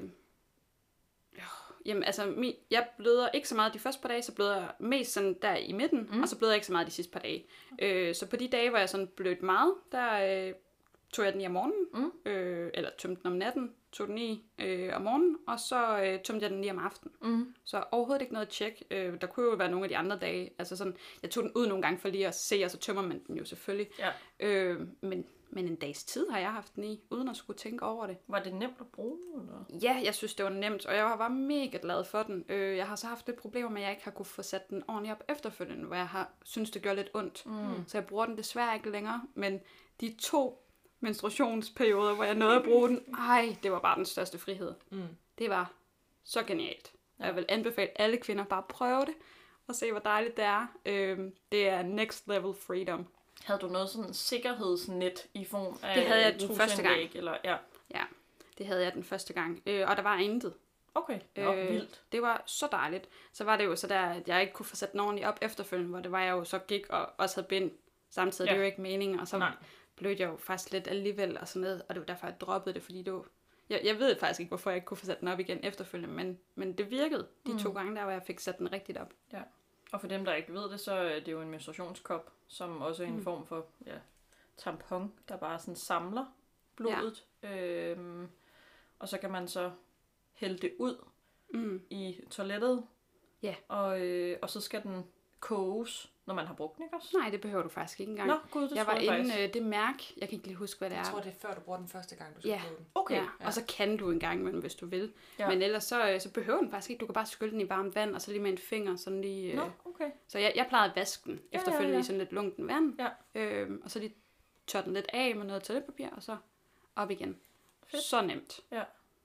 Jamen, altså, jeg bløder ikke så meget de første par dage, så bløder jeg mest sådan der i midten, og så bløder jeg ikke så meget de sidste par dage. Så på de dage, hvor jeg sådan blødte meget, der tog jeg den i om morgenen, eller tømte den om natten, tog den i om morgenen, og så tømte jeg den lige om aftenen. Så overhovedet ikke noget tjek. Der kunne jo være nogle af de andre dage. Altså sådan, jeg tog den ud nogle gange for lige at se, og så tømmer man den jo selvfølgelig. Ja. Men en dags tid har jeg haft den i, uden at skulle tænke over det. Var det nemt at bruge? Eller? Ja, jeg synes, det var nemt, og jeg var mega glad for den. Jeg har så haft lidt problemer med, at jeg ikke har kunne få sat den ordentligt op efterfølgende, hvor jeg har synes det gør lidt ondt. Så jeg bruger den desværre ikke længere, men de 2 menstruationsperioder, hvor jeg nåede at bruge den, det var bare den største frihed. Det var så genialt. Ja. Jeg vil anbefale alle kvinder bare at prøve det, og se, hvor dejligt det er. Det er next level freedom. Havde du noget sådan sikkerhedsnet i form af Det havde jeg den første gang. Eller, ja. Ja, det havde jeg den første gang. Og der var intet. Okay, vildt. Det var så dejligt. Så var det jo så der, at jeg ikke kunne få sat den ordentligt op efterfølgende, hvor det var, jeg jo så gik og også havde bind samtidig. Det er jo ikke meningen, og så blødte jeg jo faktisk lidt alligevel og sådan noget, og det var derfor, jeg droppede det, fordi det var... Jeg ved faktisk ikke, hvorfor jeg ikke kunne få sat den op igen efterfølgende, men det virkede de 2 gange der, hvor jeg fik sat den rigtigt op. Ja. Og for dem, der ikke ved det, så er det jo en menstruationskop, som også er en form for tampon, der bare sådan samler blodet. Ja. Og så kan man så hælde det ud i toilettet, og så skal den koges, når man har brugt den, ikke også? Nej, det behøver du faktisk ikke engang. Nå, gud, det jeg tror var jeg inde det mærke, jeg kan ikke lige huske, hvad det er. Jeg tror, det er før du bruger den første gang, du skal bruge den. Okay. Ja, og så kan du en gang imellem, hvis du vil. Ja. Men ellers så behøver den faktisk ikke. Du kan bare skylle den i varmt vand, og så lige med en finger, sådan lige... Nå, okay. Så jeg plejede at vaske den efterfølgende i sådan lidt lunken vand. Ja. Og så lige tør den lidt af med noget toiletpapir, og så op igen. Fedt. Så nemt. Ja.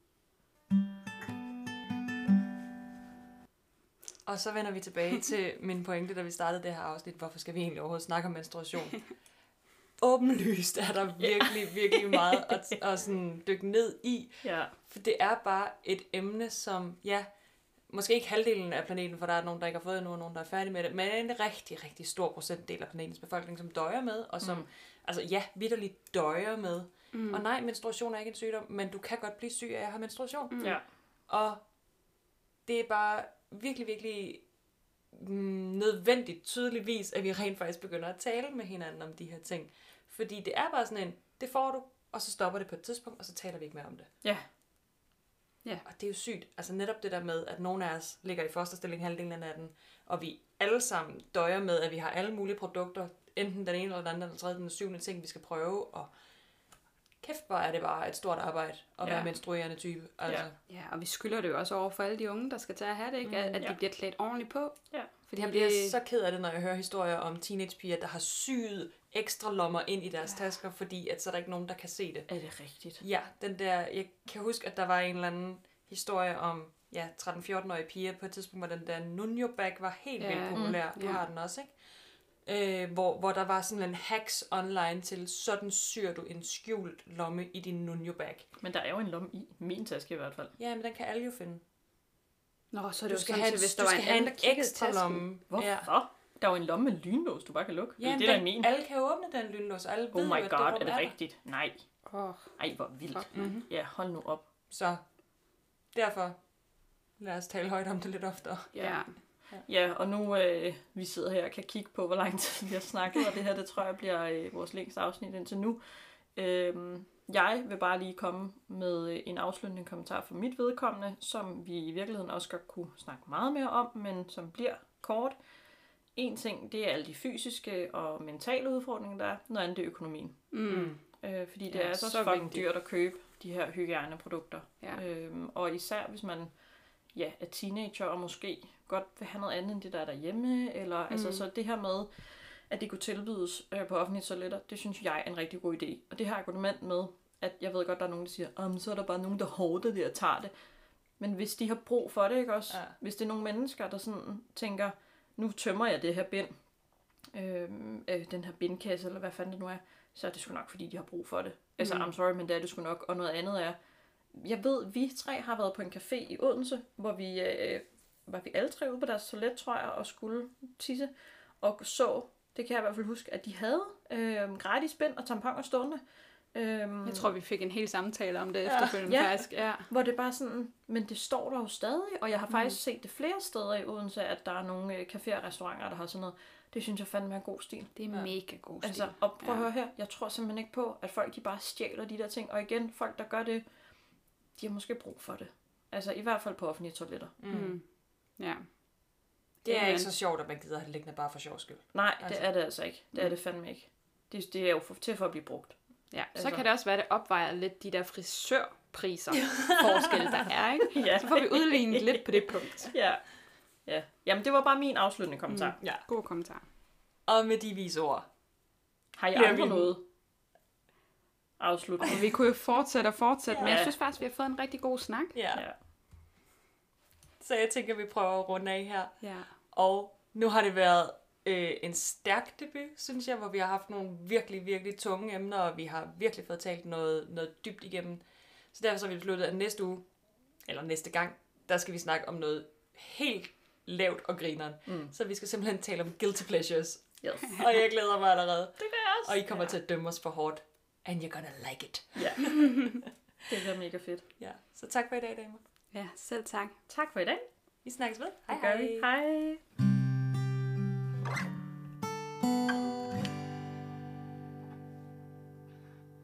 Og så vender vi tilbage til min pointe, da vi startede det her afsnit. Hvorfor skal vi egentlig overhovedet snakke om menstruation? Åbenlyst er der virkelig, virkelig meget at sådan dykke ned i. Ja. For det er bare et emne, som, måske ikke halvdelen af planeten, for der er nogen, der ikke har fået endnu, og nogen, der er færdige med det, men en rigtig, rigtig stor procentdel af planetens befolkning, som døjer med, og som, vitterligt døjer med. Og nej, menstruation er ikke en sygdom, men du kan godt blive syg af at have menstruation. Ja. Og det er bare virkelig, virkelig nødvendigt, tydeligvis, at vi rent faktisk begynder at tale med hinanden om de her ting. Fordi det er bare sådan en, det får du, og så stopper det på et tidspunkt, og så taler vi ikke mere om det. Ja. Ja. Og det er jo sygt. Altså netop det der med, at nogle af os ligger i fosterstilling halvdelen af natten, og vi alle sammen døjer med, at vi har alle mulige produkter, enten den ene eller den anden, eller den tredje, den syvende ting, vi skal prøve, og kæft, hvor er det bare et stort arbejde at være menstruerende type. Altså. Ja, og vi skylder det jo også over for alle de unge, der skal til at have det, ikke? At de bliver klædt ordentligt på. Ja. Fordi Jeg bliver så ked af det, når jeg hører historier om teenagepiger, der har syet ekstra lommer ind i deres tasker, fordi at så er der ikke nogen, der kan se det. Er det rigtigt? Ja, den der, jeg kan huske, at der var en eller anden historie om 13-14-årige piger på et tidspunkt, hvor den der Nunjo-bag var helt vildt populær. Du har den også, ikke? Hvor der var sådan en hacks online til, sådan syr du en skjult lomme i din Nunjo-bag. Men der er jo en lomme i min taske i hvert fald. Ja, men den kan alle jo finde. Nå, så er det Du jo skal sådan, have, hvis der du var skal en have en anden, der kiggede i ekstra tasken. lomme. Hvorfor? Ja. Der er jo en lomme med lynlås, du bare kan lukke. Ja, det er da min. alle kan åbne den lynlås, og alle ved Oh my jo, at god, rum er det der. rigtigt? Nej. Ej, hvor vildt. Mm-hmm. Ja, hold nu op. Så derfor, lad os tale højt om det lidt oftere. Ja. Ja, og nu vi sidder her og kan kigge på, hvor lang tid vi har snakket, og det her, det tror jeg bliver vores længste afsnit indtil nu. Jeg vil bare lige komme med en afsluttende kommentar for mit vedkommende, som vi i virkeligheden også godt kunne snakke meget mere om, men som bliver kort. En ting, det er alle de fysiske og mentale udfordringer, der er. Noget andet, det er økonomien. Fordi det er så fucking dyrt at købe de her hygiejneprodukter. Ja. Og især hvis man er teenager og måske godt vil have noget andet end det, der er derhjemme. Eller, altså, så det her med, at det kunne tilbydes på offentlige toiletter, det synes jeg er en rigtig god idé. Og det her argument med, at jeg ved godt, der er nogen, der siger, så er der bare nogen, der hårder det og tager det. Men hvis de har brug for det, ikke også? Ja. Hvis det er nogle mennesker, der sådan tænker, nu tømmer jeg det her bind, den her bindkasse, eller hvad fanden det nu er, så er det sgu nok, fordi de har brug for det. Altså, I'm sorry, men det er det sgu nok. Og noget andet er, jeg ved, vi tre har været på en café i Odense, hvor vi var vi alle tre ude på deres toilet, tror jeg, og skulle tisse, og så, det kan jeg i hvert fald huske, at de havde gratis bind og tamponer stående. Jeg tror, vi fik en hel samtale om det efterfølgende faktisk. Ja. Hvor det bare sådan, men det står der jo stadig, og jeg har faktisk set det flere steder i Odense, at der er nogle caféer og restauranter, der har sådan noget. Det synes jeg fandme er en god stil. Det er mega god stil. Altså, og prøv at høre her, jeg tror simpelthen ikke på, at folk de bare stjæler de der ting, og igen, folk der gør det, de har måske brug for det. Altså i hvert fald på offentlige toiletter. Ja. Det er ikke så sjovt, at man gider have det liggende bare for sjov skyld. Nej, det er det altså ikke. Det er det fandme ikke. Det er jo til for at blive brugt. Ja, så kan det også være, at det opvejer lidt de der frisørpriser forskel, der er, ikke? Ja. Så får vi udlignet lidt på det punkt. Ja. Jamen, det var bare min afsluttende kommentar. Ja. God kommentar. Og med de vise ord. Har I andre noget? Afsluttende. Og vi kunne jo fortsætte, men jeg synes faktisk, vi har fået en rigtig god snak. Ja. Så jeg tænker, vi prøver at runde af her. Ja. Og nu har det været en stærk debut, synes jeg, hvor vi har haft nogle virkelig, virkelig tunge emner, og vi har virkelig fået talt noget dybt igennem. Så derfor så har vi besluttet, at næste uge, eller næste gang, der skal vi snakke om noget helt lavt og grineren. Så vi skal simpelthen tale om guilty pleasures. Yes. Og jeg glæder mig allerede. Det gør jeg også. Og I kommer til at dømme os for hårdt. And you're gonna like it. Ja. Det bliver mega fedt. Ja. Så tak for i dag, damer. Ja, selv tak. Tak for i dag. Vi snakkes ved. Det gør vi. Hej.